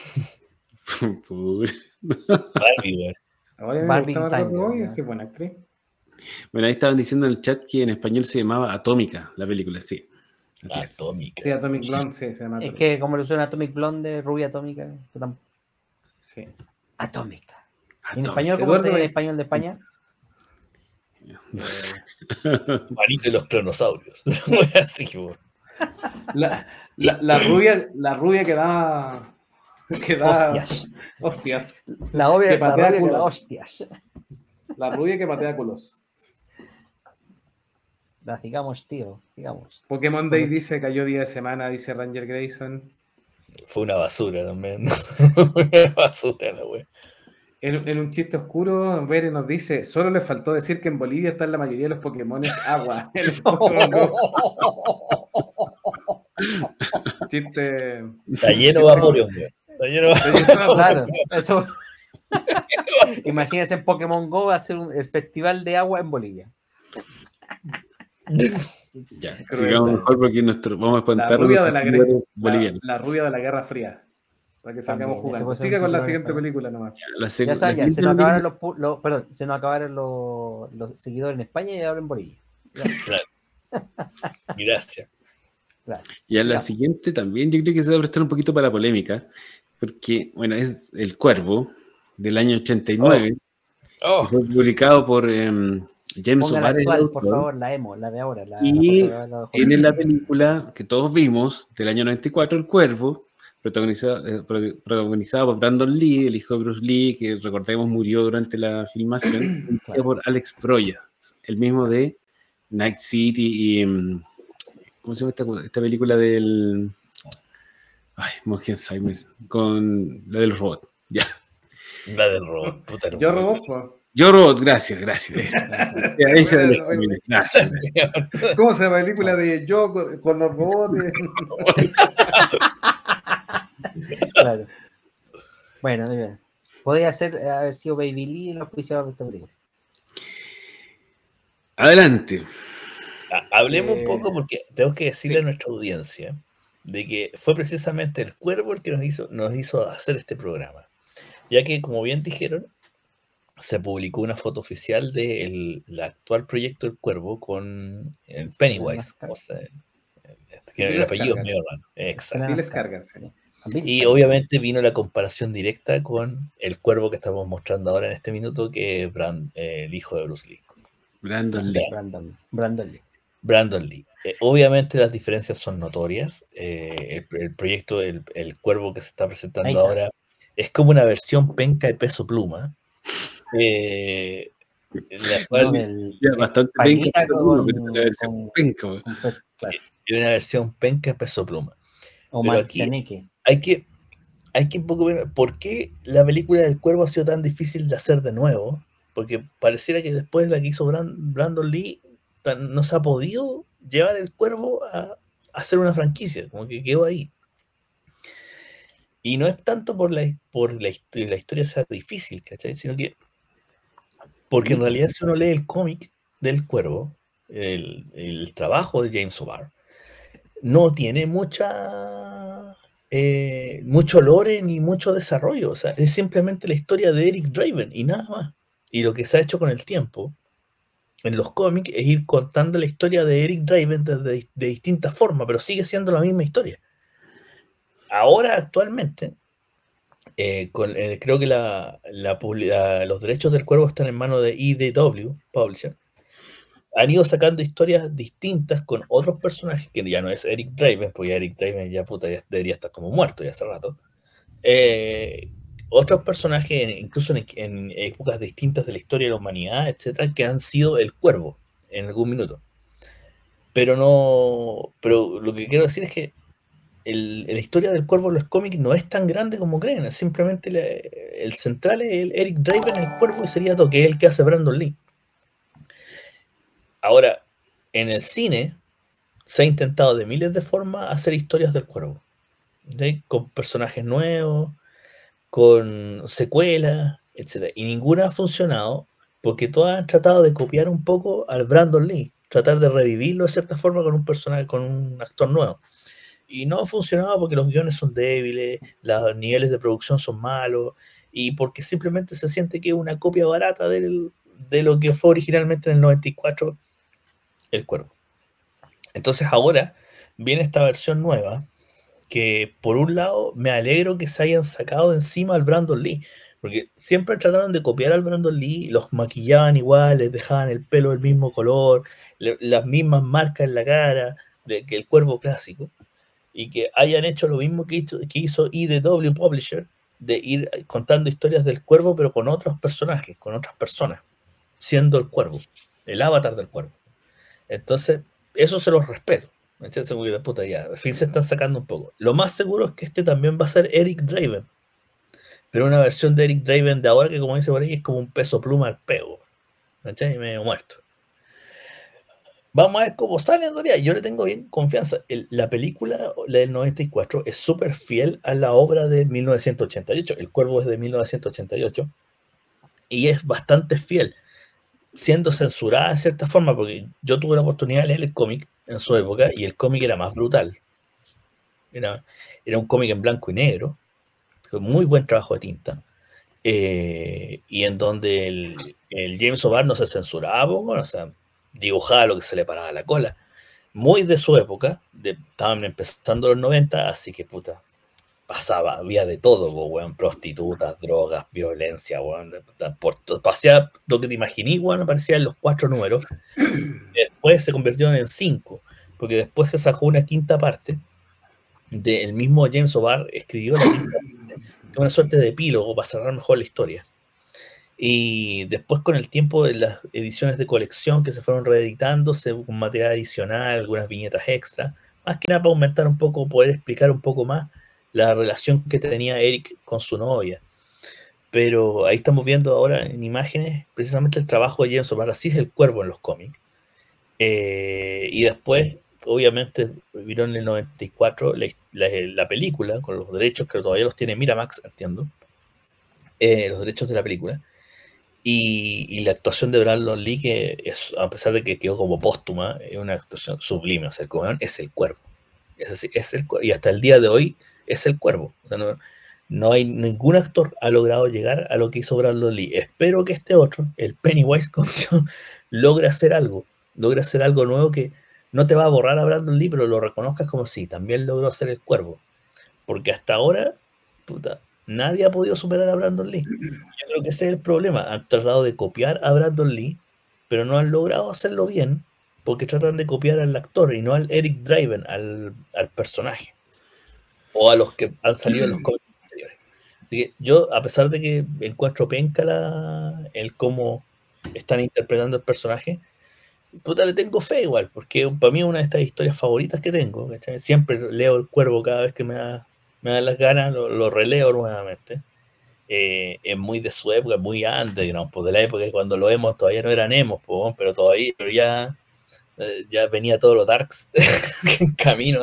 Puta. Barbie, weón. Oye, a mí me Barbie gusta Margot Tanger, Robbie, ya. es buena actriz. Bueno, ahí estaban diciendo en el chat que en español se llamaba Atómica, la película, sí. Así es. Atómica. Sí, Atomic Blonde, sí, se llama Es Atomic. que como le suena Atomic Blonde, rubia atómica. Sí. Atómica. ¿En Atómica. español cómo Eduardo, se dice en español de España? No sé. Manito de los cronosaurios. Así, weón. La rubia que da Hostias. hostias. La obvia, Que la patea rubia que da culos. hostias. La rubia que patea culos. La digamos, tío, digamos. Pokémon Day dice cayó día de semana, dice Ranger Grayson. Fue una basura también. Una basura la weón. En un chiste oscuro, Bere nos dice, solo le faltó decir que en Bolivia están la mayoría de los Pokémon agua. En el Pokémon Go. Chiste. Está lleno de Vaporeon, weón. Está lleno de Claro, eso. Imagínense en Pokémon Go hacer el festival de agua en Bolivia. Ya, Crueldad. sigamos mejor porque vamos a espantar a los bolivianos. la rubia de la Guerra Fría. Para que salgamos También, ese jugando. puede ser Siga un con la título siguiente en español. película nomás. La Ya siguiente sabes, se nos película- acabaron se nos acabaron los seguidores en España y ahora en Bolivia. Ya, Claro. Gracias. claro. Ya la Ya. siguiente también, yo creo que se va a prestar un poquito para la polémica, porque, bueno, es El Cuervo, del año 89, Oh, que fue publicado por James Ponga la O'Barr, el actual, por autor, favor, la emo, la de ahora. y la foto de tiene la película que todos vimos, del año 94, El Cuervo, protagonizada por Brandon Lee, el hijo de Bruce Lee, que recordemos murió durante la filmación, dirigida por Alex Proya, el mismo de Night City y... ¿cómo se llama esta película del... Ay, Mongensheimer, con la de los robots. Ya. la del robot, puta. Yo robot, po. Yo Robot, gracias. Eso. Ya, ahí se me gracias. ¿Cómo se llama la película de Yo con los robots? Claro. Bueno, muy bien. Podría haber sido Baby Lee el auspiciador de esta película. Adelante. Hablemos un poco porque tengo que decirle sí. a nuestra audiencia de que fue precisamente el Cuervo el que nos hizo hacer este programa. Ya que, como bien dijeron, se publicó una foto oficial del actual proyecto del Cuervo con el Pennywise. O sea, que el Bill apellido es Skarsgård. medio raro. Exacto. Bill Skarsgård, sí. Y obviamente vino la comparación directa con el Cuervo que estamos mostrando ahora en este minuto, que es el hijo de Bruce Lee. Brandon Lee. Brandon Lee. Brandon Lee. Obviamente las diferencias son notorias. El proyecto, el Cuervo que se está presentando ahora, es como una versión penca de Peso Pluma. La cual bastante penca, es una versión penca de Peso Pluma. O pero aquí hay que un poco ver por qué la película del Cuervo ha sido tan difícil de hacer de nuevo, porque pareciera que después de la que hizo Brandon Lee no se ha podido llevar el Cuervo a hacer una franquicia, como que quedó ahí. Y no es tanto por la historia sea difícil, ¿cachai? Sino que porque en realidad si uno lee el cómic del Cuervo, el trabajo de James O'Barr, no tiene mucho lore ni mucho desarrollo. O sea, es simplemente la historia de Eric Draven y nada más. Y lo que se ha hecho con el tiempo en los cómics es ir contando la historia de Eric Draven de distintas formas, pero sigue siendo la misma historia. Ahora, actualmente, creo que los derechos del Cuervo están en manos de IDW Publisher. Han ido sacando historias distintas con otros personajes, que ya no es Eric Draven, porque Eric Draven ya debería estar como muerto ya hace rato. Otros personajes, incluso en épocas distintas de la historia de la humanidad, etcétera, que han sido el Cuervo en algún minuto. Pero lo que quiero decir es que la historia del Cuervo en los cómics no es tan grande como creen, es simplemente el central es el Eric Draven, el Cuervo, y sería todo, que es el que hace Brandon Lee. Ahora, en el cine se ha intentado de miles de formas hacer historias del Cuervo, ¿sí? Con personajes nuevos, con secuelas, etc. Y ninguna ha funcionado porque todas han tratado de copiar un poco al Brandon Lee, tratar de revivirlo de cierta forma con un personaje, con un actor nuevo. Y no ha funcionado porque los guiones son débiles, los niveles de producción son malos, y porque simplemente se siente que es una copia barata de lo que fue originalmente en el 94 el Cuervo. Entonces ahora viene esta versión nueva, que por un lado me alegro que se hayan sacado de encima al Brandon Lee, porque siempre trataron de copiar al Brandon Lee, los maquillaban igual, les dejaban el pelo del mismo color, las mismas marcas en la cara, que el Cuervo clásico, y que hayan hecho lo mismo que hizo IDW Publisher, de ir contando historias del Cuervo, pero con otros personajes, con otras personas, siendo el Cuervo, el avatar del Cuervo. Entonces, eso se los respeto. Puta, ya, al fin se están sacando un poco. Lo más seguro es que este también va a ser Eric Draven, pero una versión de Eric Draven de ahora que, como dice por ahí, es como un Peso Pluma al pego, ¿cachai? Medio muerto. Vamos a ver cómo sale en realidad. Yo le tengo bien confianza. La película, la del 94, es súper fiel a la obra de 1988. El Cuervo es de 1988 y es bastante fiel, siendo censurada de cierta forma, porque yo tuve la oportunidad de leer el cómic en su época y el cómic era más brutal. Era un cómic en blanco y negro, con muy buen trabajo de tinta, y en donde el James O'Barr no se censuraba, bueno, o sea, dibujaba lo que se le paraba a la cola. Muy de su época, estaban empezando los 90, así que puta, había de todo, weón, prostitutas, drogas, violencia, weón, paseaba lo que te imaginé, weón, aparecía en los 4 números. Después se convirtieron en 5, porque después se sacó una quinta parte del mismo James O'Barr, escribió la quinta parte, que una suerte de epílogo para cerrar mejor la historia. Y después, con el tiempo de las ediciones de colección que se fueron reeditándose con material adicional, algunas viñetas extra, más que nada para aumentar un poco, poder explicar un poco más la relación que tenía Eric con su novia. Pero ahí estamos viendo ahora en imágenes precisamente el trabajo de James O'Barr. Así es el Cuervo en los cómics. Y después, obviamente, vieron en el 94 la película, con los derechos que todavía los tiene Miramax, entiendo, los derechos de la película. Y la actuación de Brandon Lee, que es, a pesar de que quedó como póstuma, es una actuación sublime. O sea, el weón es el Cuervo. Es así, es el Cuervo. Y hasta el día de hoy es el Cuervo. O sea, no hay ningún actor ha logrado llegar a lo que hizo Brandon Lee. Espero que este otro, el Pennywise, logre hacer algo. Logre hacer algo nuevo que no te va a borrar a Brandon Lee, pero lo reconozcas como si también logró hacer el Cuervo. Porque hasta ahora, puta, nadie ha podido superar a Brandon Lee. Yo creo que ese es el problema. Han tratado de copiar a Brandon Lee, pero no han logrado hacerlo bien, porque tratan de copiar al actor y no al Eric Draven, al personaje. O a los que han salido en los cómics anteriores. Así que yo, a pesar de que encuentro penca el cómo están interpretando el personaje, puta, le tengo fe igual, porque para mí es una de estas historias favoritas que tengo. ¿Cachai? Siempre leo El Cuervo cada vez que me dan las ganas, lo releo nuevamente. Es muy de su época, muy underground, pues de la época que cuando lo emos todavía no eran emos, pues, pero ya venía todo lo darks en camino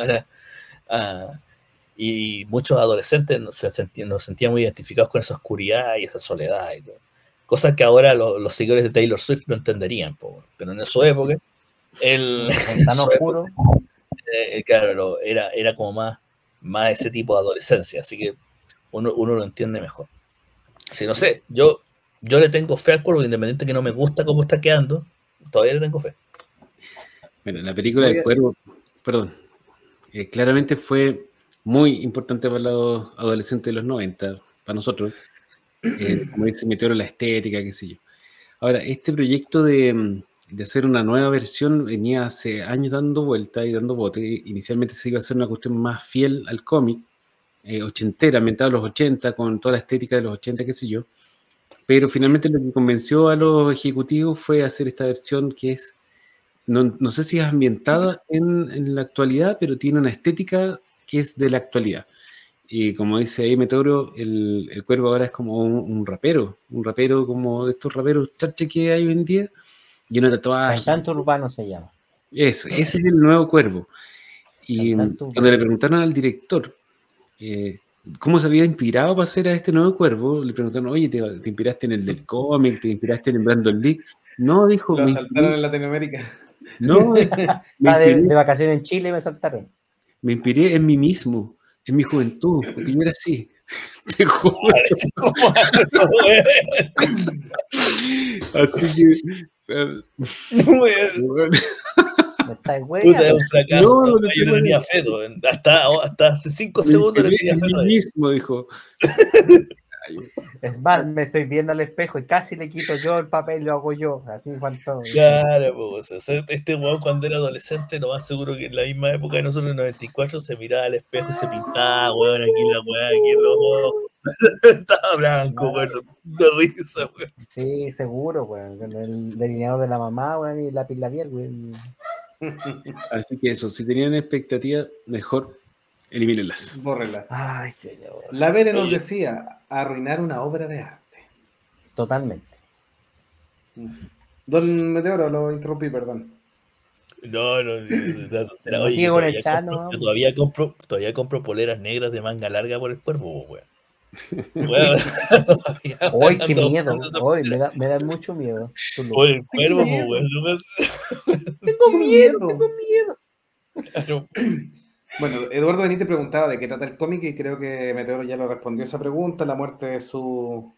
y muchos adolescentes nos sentían muy identificados con esa oscuridad y esa soledad y todo. Cosas que ahora los seguidores de Taylor Swift no entenderían, pero en su época tan oscuro. Claro, era como más ese tipo de adolescencia, así que uno lo entiende mejor. Si no sé, yo le tengo fe al Cuervo, independiente que no me gusta cómo está quedando, todavía le tengo fe. Bueno, la película del Cuervo, perdón, claramente fue muy importante para los adolescentes de los 90, para nosotros, como dice Meteoro, la estética, qué sé yo. Ahora, este proyecto de hacer una nueva versión venía hace años dando vuelta y dando bote. Inicialmente se iba a hacer una cuestión más fiel al cómic, ochentera, ambientada a los 80, con toda la estética de los 80, qué sé yo. Pero finalmente lo que convenció a los ejecutivos fue hacer esta versión que es, no sé si es ambientada en la actualidad, pero tiene una estética que es de la actualidad. Y como dice ahí Meteoro, el Cuervo ahora es como un rapero como estos raperos charche que hay hoy en día, lleno de tatuajes. Cantante urbano se llama. Ese es el nuevo Cuervo. Y cuando le preguntaron al director cómo se había inspirado para hacer a este nuevo Cuervo, le preguntaron, oye, ¿te inspiraste en el del cómic? ¿Te inspiraste en Brandon Lee? No, dijo. Lo asaltaron en Latinoamérica. No, de vacaciones en Chile me saltaron. Me inspiré en mí mismo, en mi juventud, porque yo era así. Te juro. Así que. Puta, es un fracaso. No, yo no tenía fe, hasta hace 5 segundos le tenía fe. En mí mismo, dijo. Es más, me estoy viendo al espejo y casi le quito yo el papel, lo hago yo. Así faltó. Claro, pues, o sea, este weón cuando era adolescente, lo más seguro que en la misma época de nosotros, en 94, se miraba al espejo y se pintaba, weón, aquí la weá, aquí en los ojos. Estaba blanco, weón, de risa, weón. Sí, seguro, weón, con el delineador de la mamá, weón, y lápiz labial, weón. Así que eso, si tenían expectativas, mejor elimínenlas. Bórrenlas. Ay, señor. La Vere nos decía, arruinar una obra de arte. Totalmente. Don Meteoro, lo interrumpí, perdón. No. Oye, sigue con el chano. Yo todavía compro poleras negras de manga larga por el Cuervo, weón. Hoy qué miedo, hoy me da mucho miedo. Por el Cuervo, weón. Tengo miedo. Claro. Bueno, Eduardo Benítez preguntaba de qué trata el cómic y creo que Meteoro ya lo respondió esa pregunta, la muerte de su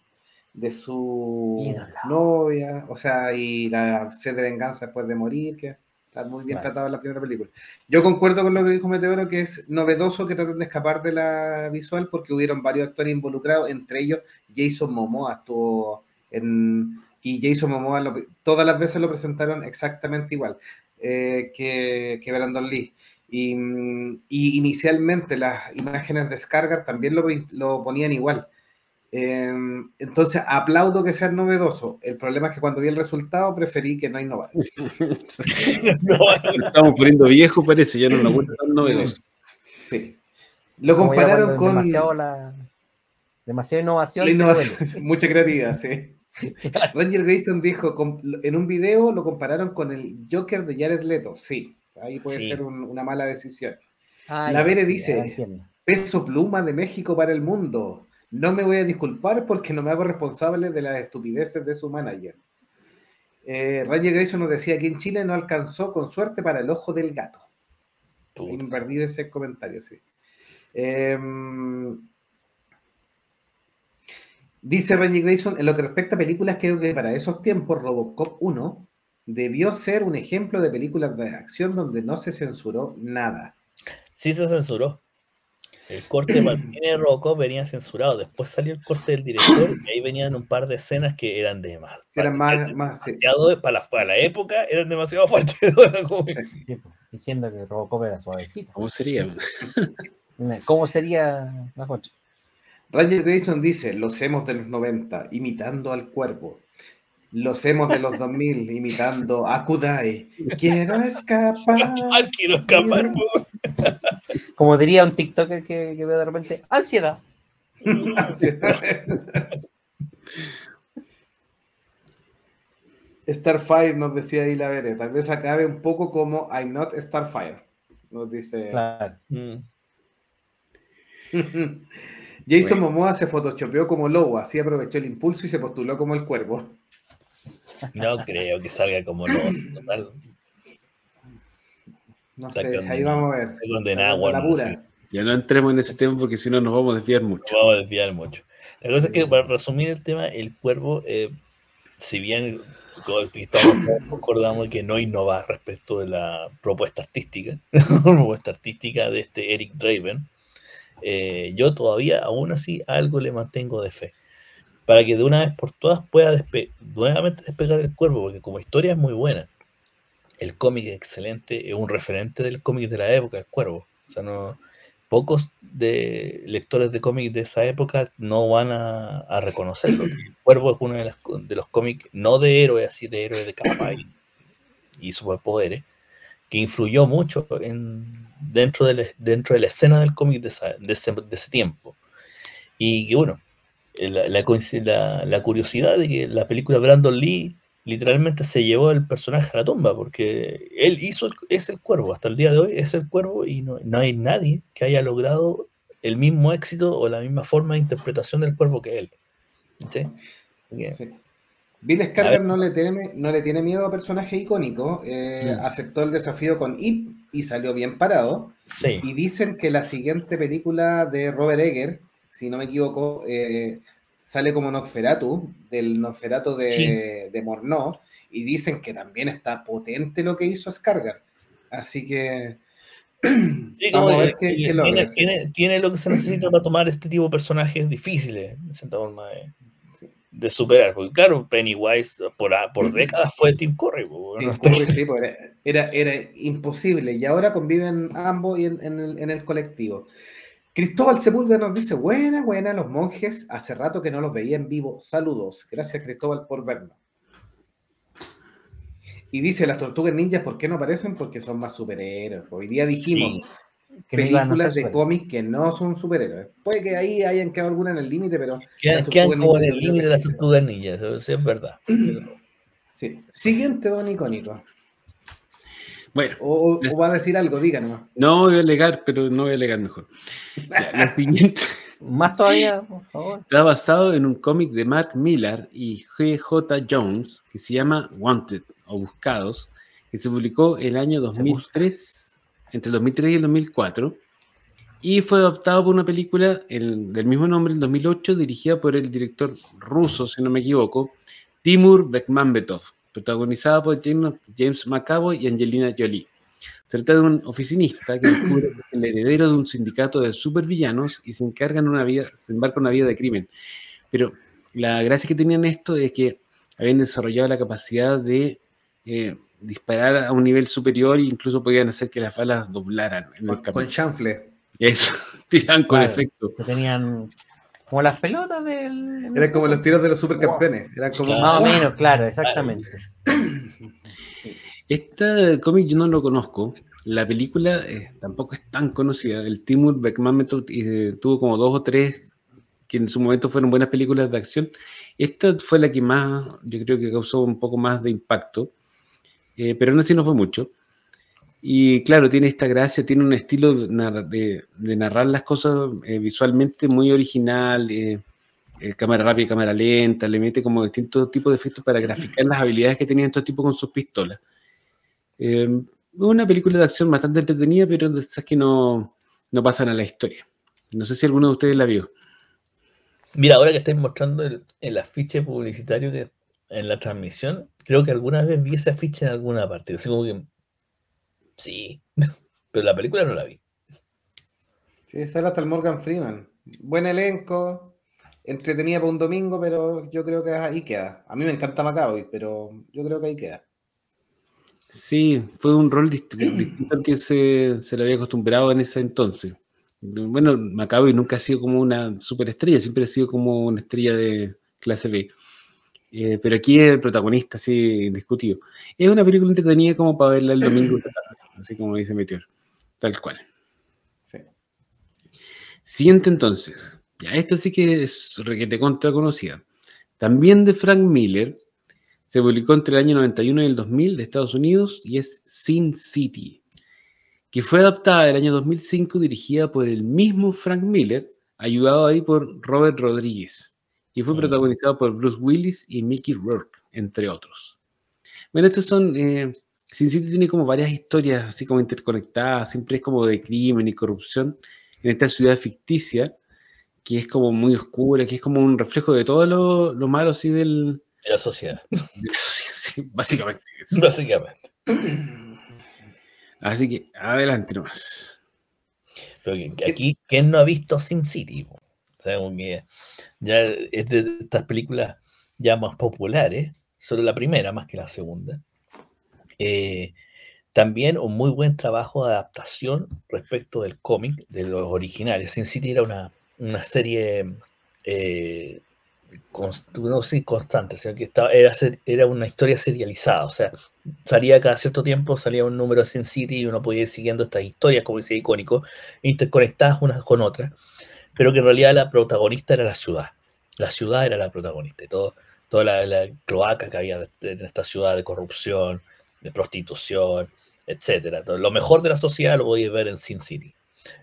novia, o sea, y la sed de venganza después de morir, que está muy bien tratado en la primera película. Yo concuerdo con lo que dijo Meteoro, que es novedoso que traten de escapar de la visual porque hubieron varios actores involucrados, entre ellos Jason Momoa estuvo y Jason Momoa todas las veces lo presentaron exactamente igual que Brandon Lee. Y inicialmente las imágenes de Skarsgård también lo ponían igual. Entonces aplaudo que sea novedoso. El problema es que cuando vi el resultado preferí que no innovar. Estamos poniendo viejo, parece, ya no nos gusta tan novedoso. Sí. Lo compararon con demasiada innovación. Mucha creatividad, sí. Ranger Grayson dijo en un video lo compararon con el Joker de Jared Leto. Sí, ahí puede ser una mala decisión. La Vere dice, peso pluma de México para el mundo. No me voy a disculpar porque no me hago responsable de las estupideces de su manager. Ranger Grayson nos decía que en Chile no alcanzó con suerte para el ojo del gato. Ahí me perdí de ese comentario, sí. Dice Ranger Grayson, en lo que respecta a películas, creo que para esos tiempos Robocop 1 debió ser un ejemplo de películas de acción donde no se censuró nada. Sí se censuró. El corte para el cine de Robocop venía censurado. Después salió el corte del director y ahí venían un par de escenas que eran de más. Si eran más sí. Para la época eran demasiado fuertes. Sí, pues, diciendo que Robocop era suavecito. ¿Cómo sería? ¿Cómo sería la cosa? Ranger Grayson dice, los hemos de los 90, imitando al cuervo. Los hemos de los 2000, imitando a Kudai. Quiero escapar. Quiero escapar. Como diría un TikToker que veo de repente, ansiedad. Starfire nos decía ahí la Vere, tal vez acabe un poco como I'm not Starfire, nos dice. Claro. Jason Momoa se photoshopeó como lobo, así aprovechó el impulso y se postuló como el cuervo. No creo que salga como lobo. Total. No sé, ahí vamos a ver. La pura. Ya no entremos en ese tema porque si no nos vamos a desviar mucho. Vamos a desviar mucho. La cosa es que, para resumir el tema, el cuervo, si bien todos concordamos que no innova respecto de la propuesta artística, de este Eric Draven, yo todavía, aún así, algo le mantengo de fe. Para que de una vez por todas pueda nuevamente despegar el cuervo, porque como historia es muy buena. El cómic es excelente, es un referente del cómic de la época, el cuervo. O sea, pocos de lectores de cómics de esa época no van a reconocerlo. El cuervo es uno de los cómics, no de héroes, así de héroes de capa y superpoderes, que influyó mucho dentro de la escena del cómic de ese tiempo. Y que bueno, la curiosidad de que la película Brandon Lee literalmente se llevó el personaje a la tumba, porque él es el cuervo, hasta el día de hoy es el cuervo, y no hay nadie que haya logrado el mismo éxito o la misma forma de interpretación del cuervo que él. ¿Sí? Sí. Bill Skarsgård no le tiene miedo a personaje icónico, aceptó el desafío con It y salió bien parado. Sí. Y dicen que la siguiente película de Robert Eggers, si no me equivoco, sale como Nosferatu, del Nosferatu de Murnau, y dicen que también está potente lo que hizo Skarsgård. Así que vamos a ver qué logra. Tiene lo que se necesita para tomar este tipo de personajes difíciles, de cierta forma, de superar. Porque claro, Pennywise por décadas fue Tim Curry. Tim Curry, sí, pues era imposible. Y ahora conviven ambos en el colectivo. Cristóbal Sepúlveda nos dice, buena, los monjes, hace rato que no los veía en vivo, saludos, gracias Cristóbal por vernos. Y dice, las tortugas ninjas, ¿por qué no aparecen? Porque son más superhéroes. Hoy día dijimos, que películas de cómics que no son superhéroes. Puede que ahí hayan quedado alguna en el límite, pero... Quedan como en el límite de las tortugas ninjas, eso es verdad. Sí. Siguiente, don Icónico. Bueno. O va a decir algo, díganos. No voy a alegar, pero no voy a alegar mejor. Ya, la siguiente. Más todavía, por favor. Está basado en un cómic de Mark Millar y G.J. Jones que se llama Wanted o Buscados, que se publicó el año 2003, entre el 2003 y el 2004, y fue adaptado por una película del mismo nombre en 2008, dirigida por el director ruso, si no me equivoco, Timur Bekmambetov, protagonizada por James McAvoy y Angelina Jolie. Se trata de un oficinista que descubre que es el heredero de un sindicato de supervillanos y se embarca en una vida de crimen. Pero la gracia que tenían esto es que habían desarrollado la capacidad de disparar a un nivel superior e incluso podían hacer que las balas doblaran. Con chanfle. Eso, tiran con efecto. Que tenían como las pelotas del... Eran como los tiros de los supercampeones. Eran como... Más o menos, claro, exactamente. Este cómic yo no lo conozco. La película tampoco es tan conocida. El Timur Bekmambetov tuvo como 2 o 3 que en su momento fueron buenas películas de acción. Esta fue la que más, yo creo que causó un poco más de impacto. Pero aún así no fue mucho. Y claro, tiene esta gracia, tiene un estilo de narrar las cosas visualmente muy original, cámara rápida, cámara lenta, le mete como distintos tipos de efectos para graficar las habilidades que tenían estos tipos con sus pistolas. Una película de acción bastante entretenida, pero de esas que no pasan a la historia. No sé si alguno de ustedes la vio. Mira, ahora que estáis mostrando el afiche publicitario que en la transmisión, creo que alguna vez vi ese afiche en alguna parte. Así como que sí, pero la película no la vi. Sí, sale hasta el Morgan Freeman. Buen elenco, entretenida para un domingo, pero yo creo que ahí queda. A mí me encanta Macaboy, pero yo creo que ahí queda. Sí, fue un rol distinto al que se le había acostumbrado en ese entonces. Bueno, Macaboy nunca ha sido como una superestrella, siempre ha sido como una estrella de clase B. Pero aquí es el protagonista, así, indiscutido. Es una película entretenida como para verla el domingo, así como dice Meteor, tal cual. Sí. Siguiente entonces. Ya, esto sí que es requete contra conocida. También de Frank Miller. Se publicó entre el año 91 y el 2000 de Estados Unidos y es Sin City, que fue adaptada el año 2005, dirigida por el mismo Frank Miller, ayudado ahí por Robert Rodríguez, y fue protagonizada por Bruce Willis y Mickey Rourke, entre otros. Bueno, estos son... Sin City tiene como varias historias así como interconectadas, siempre es como de crimen y corrupción en esta ciudad ficticia, que es como muy oscura, que es como un reflejo de todo lo malo así de la sociedad. Sí, básicamente. Básicamente. Así que adelante nomás. Pero aquí, ¿quién no ha visto Sin City? O sea, que ya es de estas películas ya más populares, solo la primera más que la segunda. También un muy buen trabajo de adaptación respecto del cómic, de los originales. Sin City era una serie no sé, constante, sino que era una historia serializada, o sea, salía cada cierto tiempo, salía un número de Sin City y uno podía ir siguiendo estas historias, como dice icónico, interconectadas unas con otras, pero que en realidad la protagonista era la ciudad era la protagonista, y toda la cloaca que había en esta ciudad de corrupción, de prostitución, etcétera. Lo mejor de la sociedad lo podéis ver en Sin City.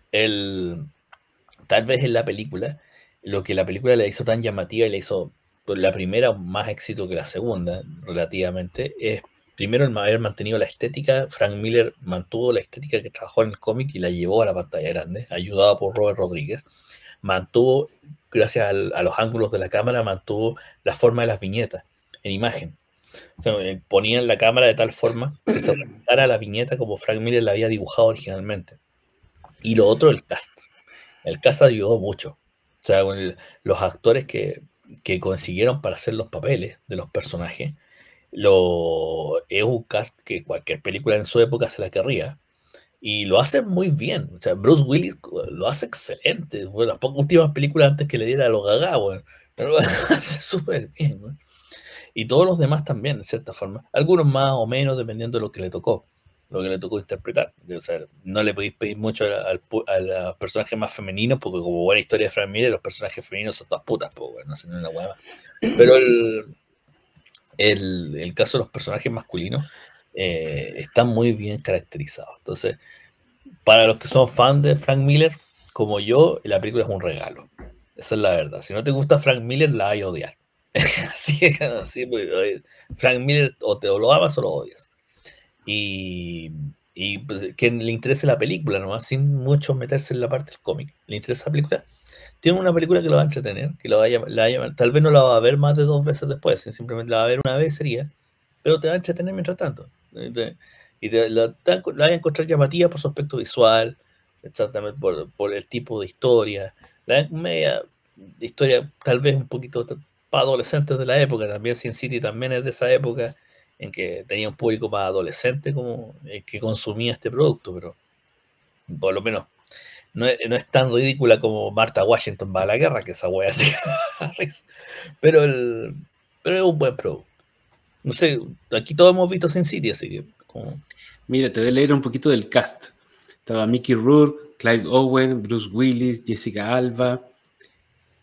Tal vez en la película, lo que la película le hizo tan llamativa y le hizo la primera más éxito que la segunda, relativamente, es primero el haber mantenido la estética. Frank Miller mantuvo la estética que trabajó en el cómic y la llevó a la pantalla grande, ayudado por Robert Rodríguez. Mantuvo, gracias a los ángulos de la cámara, mantuvo la forma de las viñetas en imagen. O sea, ponían la cámara de tal forma que se reflejara la viñeta como Frank Miller la había dibujado originalmente. Y lo otro, el cast. El cast ayudó mucho. O sea, los actores que consiguieron para hacer los papeles de los personajes, es un cast que cualquier película en su época se la querría. Y lo hacen muy bien. O sea, Bruce Willis lo hace excelente. Bueno, las últimas películas antes que le diera a los Gaga, bueno, pero lo hace súper bien. ¿No? Y todos los demás también, de cierta forma. Algunos más o menos, dependiendo de lo que le tocó interpretar. O sea, no le podéis pedir mucho a los personajes más femeninos, porque como buena historia de Frank Miller, los personajes femeninos son todas putas, pues, bueno, no sé, una hueá. Pero el caso de los personajes masculinos están muy bien caracterizados. Entonces, para los que son fans de Frank Miller, como yo, la película es un regalo. Esa es la verdad. Si no te gusta Frank Miller, la vas a odiar. así, porque Frank Miller o lo amas o lo odias. Y pues, quien le interese la película nomás, sin mucho meterse en la parte del cómic, le interesa la película, tiene una película que lo va a entretener, que lo va a llamar, tal vez no la va a ver más de 2 veces después, simplemente la va a ver una vez sería, pero te va a entretener mientras tanto. La vas a encontrar llamativa por su aspecto visual, exactamente por el tipo de historia, la media historia tal vez un poquito para adolescentes de la época, también Sin City también es de esa época, en que tenía un público más adolescente como que consumía este producto, pero por lo menos no es tan ridícula como Martha Washington va a la guerra, que esa wea así. pero es un buen producto. No sé, aquí todos hemos visto Sin City, así que como... Mira, te voy a leer un poquito del cast. Estaba Mickey Rourke, Clive Owen, Bruce Willis, Jessica Alba,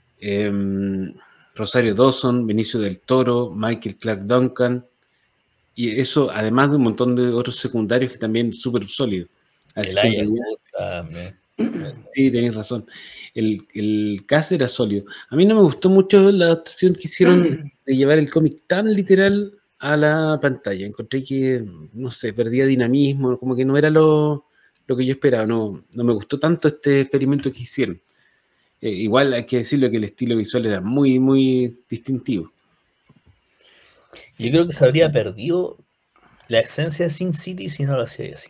Rosario Dawson, Benicio del Toro, Michael Clark Duncan, Y eso, además de un montón de otros secundarios que también súper sólidos. Así El que Aya Wood también. sí, tenéis razón. El cast era sólido. A mí no me gustó mucho la adaptación que hicieron de llevar el cómic tan literal a la pantalla. Encontré que, no sé, perdía dinamismo, como que no era lo que yo esperaba. No me gustó tanto este experimento que hicieron. Igual hay que decirlo que el estilo visual era muy, muy distintivo. Yo creo que se habría perdido la esencia de Sin City si no lo hacía así.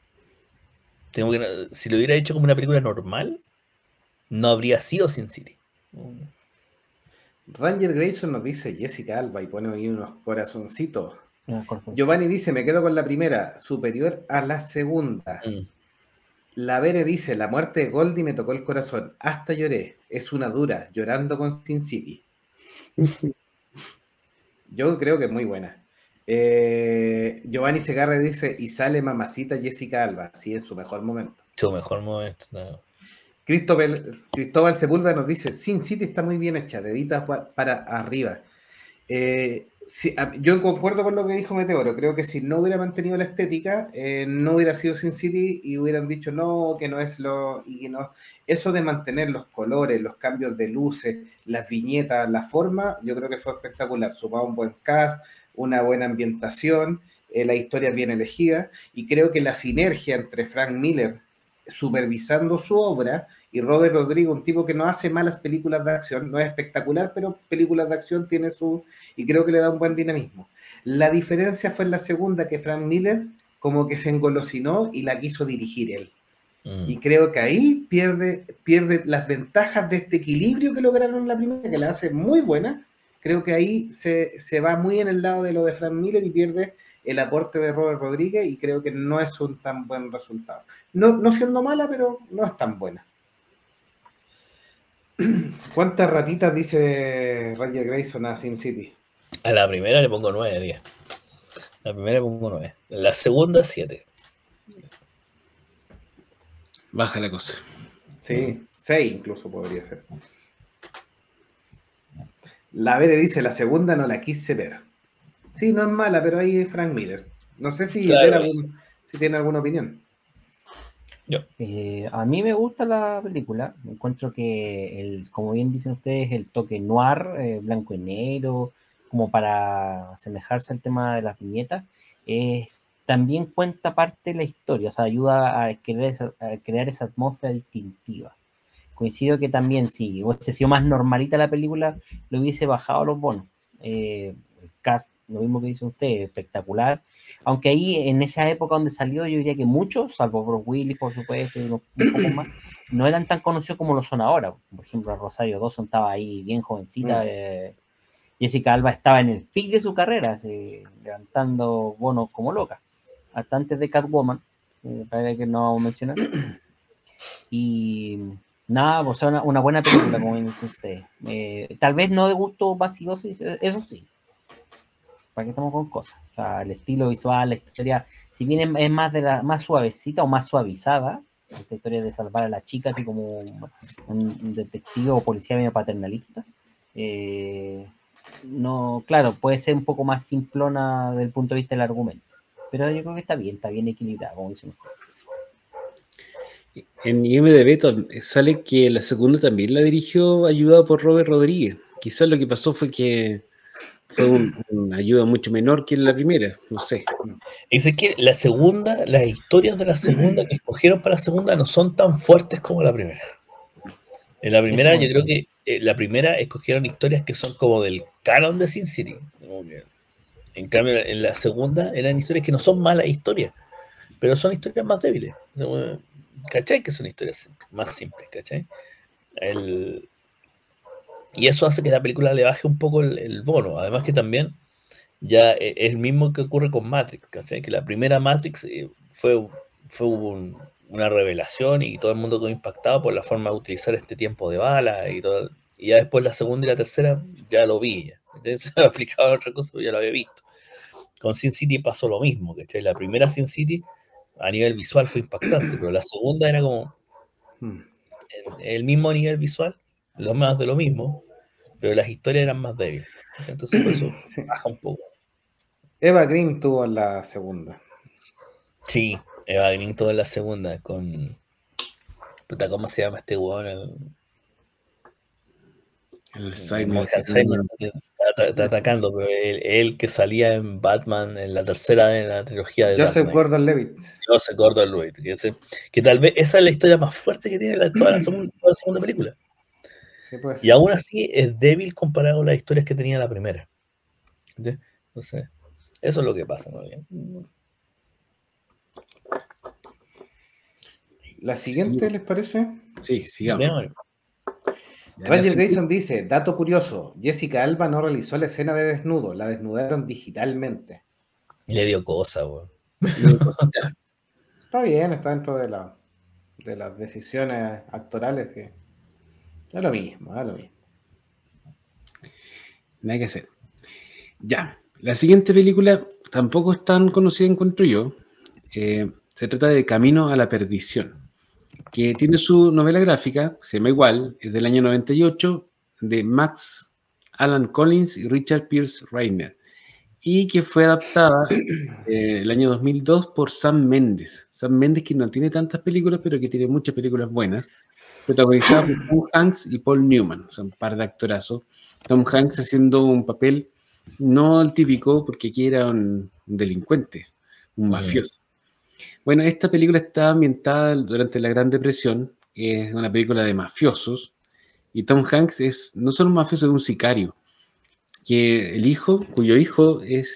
Si lo hubiera hecho como una película normal, no habría sido Sin City. Ranger Grayson nos dice Jessica Alba y pone ahí unos corazoncitos. Una cosa. Giovanni dice, me quedo con la primera, superior a la segunda. La Bere dice, la muerte de Goldie me tocó el corazón, hasta lloré, es una dura, llorando con Sin City. Yo creo que es muy buena. Giovanni Segarra dice, y sale mamacita Jessica Alba, sí, en su mejor momento. Su mejor momento. No. Cristóbal Sepúlveda nos dice, Sin City está muy bien hecha, deditas para arriba. Sí, yo concuerdo con lo que dijo Meteoro. Creo que si no hubiera mantenido la estética, no hubiera sido Sin City y hubieran dicho no, que no es lo. Y que no. Eso de mantener los colores, los cambios de luces, las viñetas, la forma, yo creo que fue espectacular. Sumaba un buen cast, una buena ambientación, la historia bien elegida y creo que la sinergia entre Frank Miller supervisando su obra y Robert Rodrigo, un tipo que no hace malas películas de acción, no es espectacular, pero películas de acción tiene su, y creo que le da un buen dinamismo. La diferencia fue en la segunda, que Frank Miller como que se engolosinó y la quiso dirigir él. Y creo que ahí pierde las ventajas de este equilibrio que lograron en la primera, que la hace muy buena. Creo que ahí se va muy en el lado de lo de Frank Miller y pierde el aporte de Robert Rodríguez y creo que no es un tan buen resultado. No siendo mala, pero no es tan buena. ¿Cuántas ratitas dice Ranger Grayson a SimCity? A la primera le pongo 9 de 10. La primera le pongo 9. La segunda, 7. Baja la cosa. Sí, 6 incluso podría ser. La Bere dice, la segunda no la quise ver. Sí, no es mala, pero ahí es Frank Miller. No sé si, Claro. si tiene alguna opinión. A mí me gusta la película. Encuentro que, como bien dicen ustedes, el toque noir, blanco y negro, como para asemejarse al tema de las viñetas, también cuenta parte de la historia, o sea, ayuda a crear esa atmósfera distintiva. Coincido que también, si hubiese sido más normalita la película, le hubiese bajado los bonos. El cast, lo mismo que dice usted, espectacular. Aunque ahí, en esa época donde salió, yo diría que muchos, salvo Bruce Willis, por supuesto, y un poco más, no eran tan conocidos como lo son ahora. Por ejemplo, Rosario Dawson estaba ahí bien jovencita. Jessica Alba estaba en el pic de su carrera, levantando bonos como loca. Hasta antes de Catwoman, para que no mencionar. Y nada, pues una buena película, como dice usted. Tal vez no de gusto vacío, eso sí. ¿Para qué estamos con cosas? O sea, el estilo visual, la historia, si bien es más suavecita o más suavizada, esta historia de salvar a la chica, así como un detective o policía medio paternalista, no, claro, puede ser un poco más simplona desde el punto de vista del argumento. Pero yo creo que está bien equilibrada, como dicen ustedes. En IMDb sale que la segunda también la dirigió ayudado por Robert Rodríguez. Quizás lo que pasó fue que fue una ayuda mucho menor que en la primera, no sé. Dice que la segunda, las historias de la segunda que escogieron para la segunda no son tan fuertes como la primera. En la primera, yo creo que la primera escogieron historias que son como del canon de Sin City. En cambio, en la segunda eran historias que no son malas historias, pero son historias más débiles. ¿Cachai? Que son historias más simples, ¿cachai? Y eso hace que la película le baje un poco el bono. Además que también ya es el mismo que ocurre con Matrix, ¿cachai? Que la primera Matrix fue una revelación y todo el mundo quedó impactado por la forma de utilizar este tiempo de bala y todo. Y ya después la segunda y la tercera ya lo vi. Ya. Entonces se aplicaba a otra cosa, pero ya lo había visto. Con Sin City pasó lo mismo, ¿cachai? La primera Sin City a nivel visual fue impactante, pero la segunda era como el mismo nivel visual, lo más de lo mismo, pero las historias eran más débiles. Entonces por eso baja un poco. Eva Green tuvo la segunda. Sí, Eva Green toda la segunda con... Puta, ¿cómo se llama este weón? El El Alzheimer. monje Alzheimer está atacando, pero él que salía en Batman en la tercera de la trilogía de Dark Joseph Knight. Gordon-Levitt. Joseph Gordon-Levitt, que tal vez esa es la historia más fuerte que tiene toda la segunda película. Sí, puede Y ser. aún así es débil comparado con las historias que tenía la primera. ¿Sí? Entonces, eso es lo que pasa, ¿no? La siguiente, ¿les parece? Sí, sigamos. Veamos. Ya, la Ranger siguiente- Grayson dice, dato curioso, Jessica Alba no realizó la escena de desnudo, la desnudaron digitalmente. Le dio cosa, weón. le cosita. Está bien, está dentro de las decisiones actorales. Sí. Es lo mismo, es lo mismo. Nada que hacer. Ya, la siguiente película tampoco es tan conocida, encuentro yo. Se trata de Camino a la Perdición, que tiene su novela gráfica, se llama igual, es del año 98, de Max Alan Collins y Richard Pierce Reiner, y que fue adaptada el año 2002 por Sam Mendes. Sam Mendes, que no tiene tantas películas, pero que tiene muchas películas buenas, protagonizada por Tom Hanks y Paul Newman, son un par de actorazos. Tom Hanks haciendo un papel no el típico, porque aquí era un delincuente, un mafioso. Bueno, esta película está ambientada durante la Gran Depresión, es una película de mafiosos, y Tom Hanks es no solo un mafioso, es un sicario, que el hijo, cuyo hijo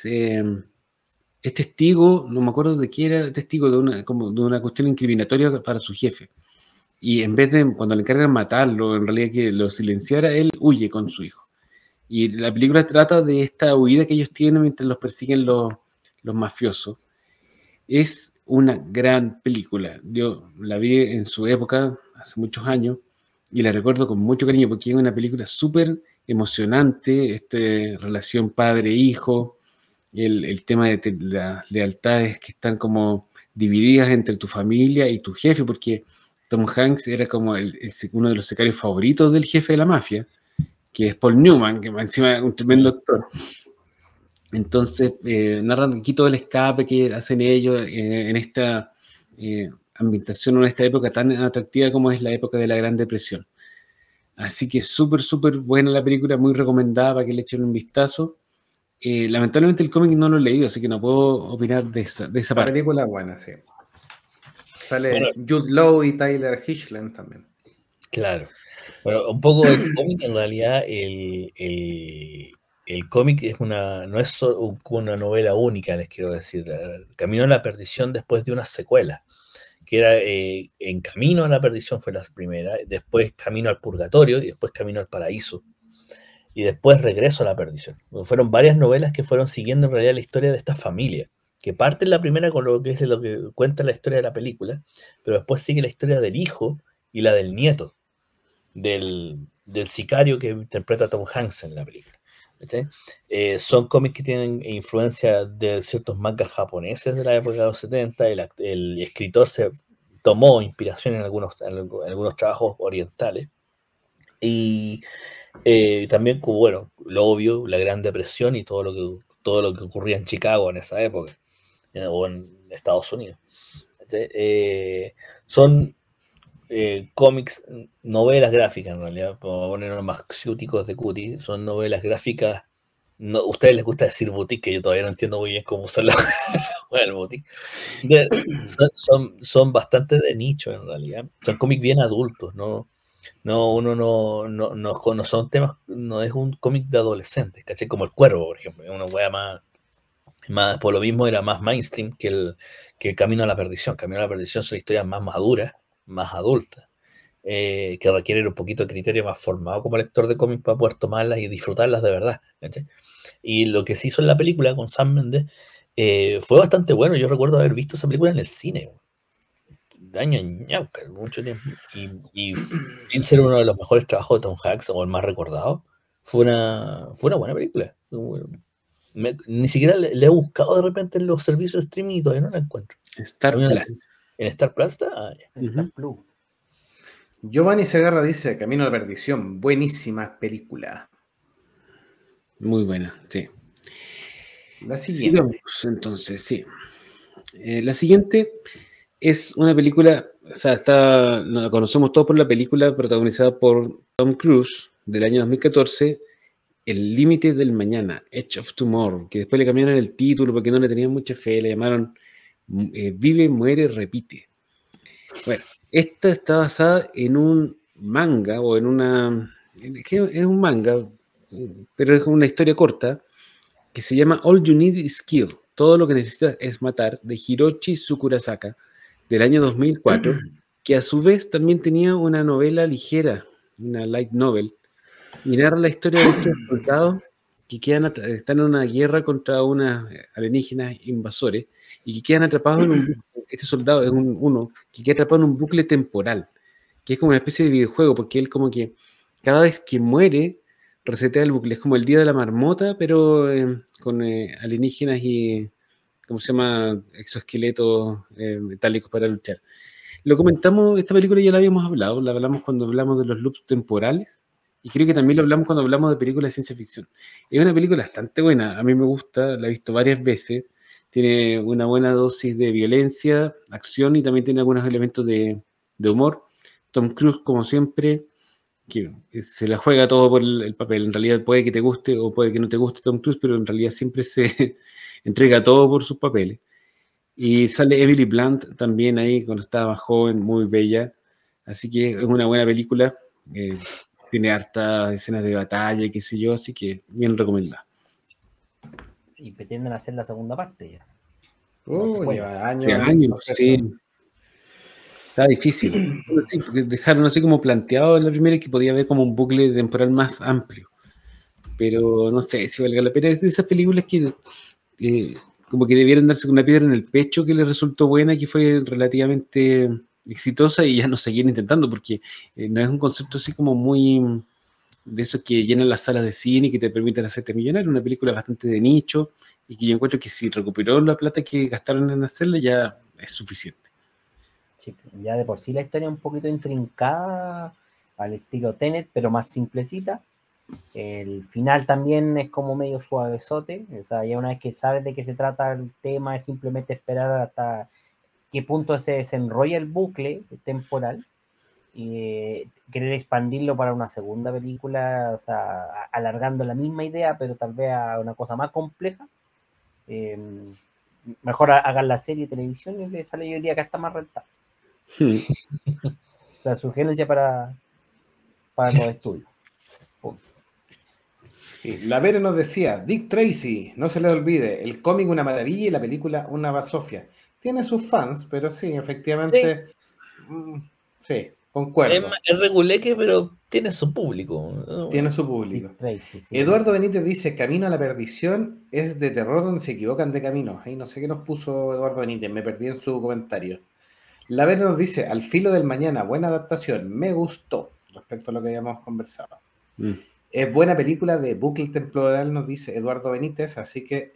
es testigo, no me acuerdo de qué era, testigo como de una cuestión incriminatoria para su jefe. Y en vez de, cuando le encargan matarlo, en realidad que lo silenciara, él huye con su hijo. Y la película trata de esta huida que ellos tienen mientras los persiguen los mafiosos. Es una gran película. Yo la vi en su época, hace muchos años, y la recuerdo con mucho cariño porque es una película súper emocionante, relación padre-hijo, el tema de las lealtades que están como divididas entre tu familia y tu jefe, porque Tom Hanks era como uno de los sicarios favoritos del jefe de la mafia, que es Paul Newman, que encima es un tremendo actor. Entonces, narran aquí todo el escape que hacen ellos en esta ambientación, en esta época tan atractiva como es la época de la Gran Depresión. Así que súper, súper buena la película, muy recomendada para que le echen un vistazo. Lamentablemente el cómic no lo he leído, así que no puedo opinar de esa La parte. película es buena, sí. Sale Bueno. Jude Law y Tyler Hoechlin también. Claro. Bueno, un poco el cómic, en realidad, el cómic es no es solo una novela única, les quiero decir. Camino a la Perdición después de una secuela, que era En Camino a la Perdición fue la primera, después Camino al Purgatorio y después Camino al Paraíso. Y después Regreso a la Perdición. Fueron varias novelas que fueron siguiendo en realidad la historia de esta familia, que parte en la primera con lo que es lo que cuenta la historia de la película, pero después sigue la historia del hijo y la del nieto del sicario que interpreta Tom Hanks en la película. Son cómics que tienen influencia de ciertos mangas japoneses de la época de los 70. El escritor se tomó inspiración en algunos trabajos orientales. Y también, bueno, lo obvio, la Gran Depresión y todo lo que ocurría en Chicago en esa época, o en Estados Unidos. Son cómics, novelas gráficas en realidad, para ponernos más ciúticos de cutie, son novelas gráficas. No, a ustedes les gusta decir boutique, que yo todavía no entiendo muy bien cómo usar el boutique. Son bastante de nicho en realidad. Son cómics bien adultos, no son temas, no es un cómic de adolescentes, ¿cachai? Como El Cuervo, por ejemplo, es una wea más, por lo mismo era más mainstream que el Camino a la Perdición. Camino a la Perdición son historias más maduras, más adultas, que requieren un poquito de criterio más formado como lector de cómics para poder tomarlas y disfrutarlas de verdad, ¿cachai? Y lo que se hizo en la película con Sam Mendes fue bastante bueno. Yo recuerdo haber visto esa película en el cine, de año en ñauca, mucho tiempo. Y sin ser uno de los mejores trabajos de Tom Hanks o el más recordado, fue una buena película. Ni siquiera le he buscado de repente en los servicios de streaming y todavía no la encuentro. Star Plus. ¿En Star Plus está? Ah, ya. Star Plus. Giovanni Segarra dice, Camino a la Perdición, buenísima película. Muy buena, sí. La siguiente. Sigamos, entonces, sí. La siguiente es una película, o sea, la conocemos todos por la película protagonizada por Tom Cruise del año 2014, El límite del mañana, Edge of Tomorrow, que después le cambiaron el título porque no le tenían mucha fe, le llamaron Vive, muere, repite. Bueno, esta está basada en un manga o en una... Es un manga, pero es una historia corta que se llama All You Need Is Kill. Todo lo que necesitas es matar, de Hiroshi Sakurasaka, del año 2004, que a su vez también tenía una novela ligera, una light novel, y narra la historia de estos soldados que están en una guerra contra unas alienígenas invasores y que quedan atrapados en un bucle. Este soldado es uno que queda atrapado en un bucle temporal, que es como una especie de videojuego, porque él como que cada vez que muere resetea el bucle. Es como el día de la marmota, pero con alienígenas y, ¿cómo se llama? Exoesqueletos metálicos para luchar. Lo comentamos, esta película ya la habíamos hablado, la hablamos cuando hablamos de los loops temporales, y creo que también lo hablamos cuando hablamos de películas de ciencia ficción. Es una película bastante buena, a mí me gusta, la he visto varias veces, tiene una buena dosis de violencia, acción y también tiene algunos elementos de humor. Tom Cruise, como siempre, que se la juega todo por el papel. En realidad puede que te guste o puede que no te guste Tom Cruise, pero en realidad siempre se entrega todo por sus papeles. Y sale Emily Blunt también ahí cuando estaba más joven, muy bella. Así que es una buena película. Tiene hartas escenas de batalla y qué sé yo, así que bien recomendada. Y pretenden hacer la segunda parte ya. Lleva años. De años, sí. Está difícil. Sí, porque dejaron así como planteado en la primera que podía haber como un bucle temporal más amplio. Pero no sé si valga la pena. Es de esas películas que como que debieron darse una piedra en el pecho que les resultó buena, que fue relativamente exitosa y ya no seguir intentando, porque no es un concepto así como muy de esos que llenan las salas de cine y que te permiten hacerte millonario. Una película bastante de nicho y que yo encuentro que si recuperó la plata que gastaron en hacerla ya es suficiente. Sí, ya de por sí la historia es un poquito intrincada al estilo Tenet, pero más simplecita. El final también es como medio suavezote, o sea, ya una vez que sabes de qué se trata el tema, es simplemente esperar hasta qué punto se desenrolla el bucle temporal y querer expandirlo para una segunda película, o sea, alargando la misma idea, pero tal vez a una cosa más compleja. Mejor hagan la serie de televisión y le sale, yo diría que hasta más rentable. O sea, sugerencia para los estudios. Punto. Sí, la Vere nos decía, Dick Tracy, no se le olvide, el cómic una maravilla y la película una basofia. Tiene sus fans, pero sí, efectivamente, sí, concuerdo. Es reguleque, pero tiene su público. Tiene su público. Dick Tracy, sí. Eduardo Benítez dice, Camino a la perdición es de terror donde se equivocan de camino. Ahí no sé qué nos puso Eduardo Benítez, me perdí en su comentario. La Vere nos dice, Al filo del mañana, buena adaptación, me gustó, respecto a lo que habíamos conversado. Es buena película de bucle temporal, nos dice Eduardo Benítez, así que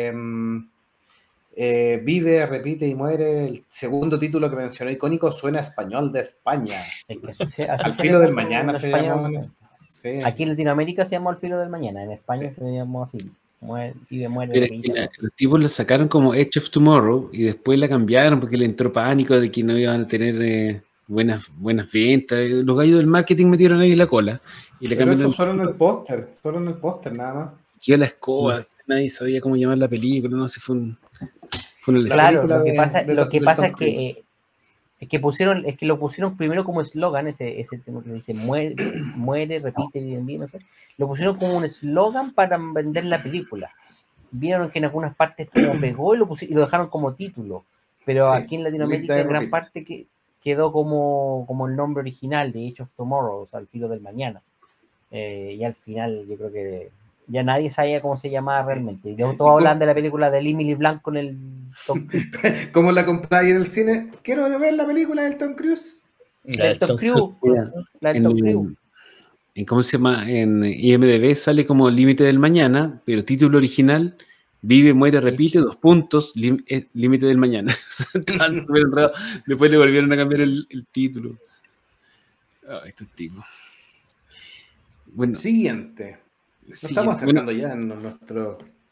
vive, repite y muere. El segundo título que mencionó icónico suena español de España. Es que así Al filo del mañana se llamó. Sí. Aquí en Latinoamérica se llamó Al filo del mañana, en España se llamó así. Vive, muere, repite. Los tipos la sacaron como Edge of Tomorrow y después la cambiaron porque le entró pánico de que no iban a tener buenas ventas. Los gallos del marketing metieron ahí la cola. Y le cambiaron. Eso solo en el póster, nada más. Quedó la escoba, nadie sabía cómo llamar la película, no sé, fue una claro, lo que pasa es que lo pusieron primero como eslogan, ese tema que dice muere, repite, bien, no sé. Lo pusieron como un eslogan para vender la película. Vieron que en algunas partes como pegó y lo dejaron como título. Pero sí, aquí en Latinoamérica en gran parte quedó como el nombre original de Edge of Tomorrow, o sea, Al filo del mañana. Y al final yo creo que ya nadie sabía cómo se llamaba realmente. Y todos hablan de la película de Emily Blunt con el Tom Cruise. ¿Cómo la compráis en el cine? Quiero ver la película del Tom Cruise. La del Tom Cruise. La del Tom Cruise. ¿Cómo se llama? En IMDb sale como Límite del Mañana, pero título original, Vive, muere, repite, Límite del Mañana. Después le volvieron a cambiar el título. Estos tipos. Bueno, siguiente. Nos estamos acercando ya en nuestro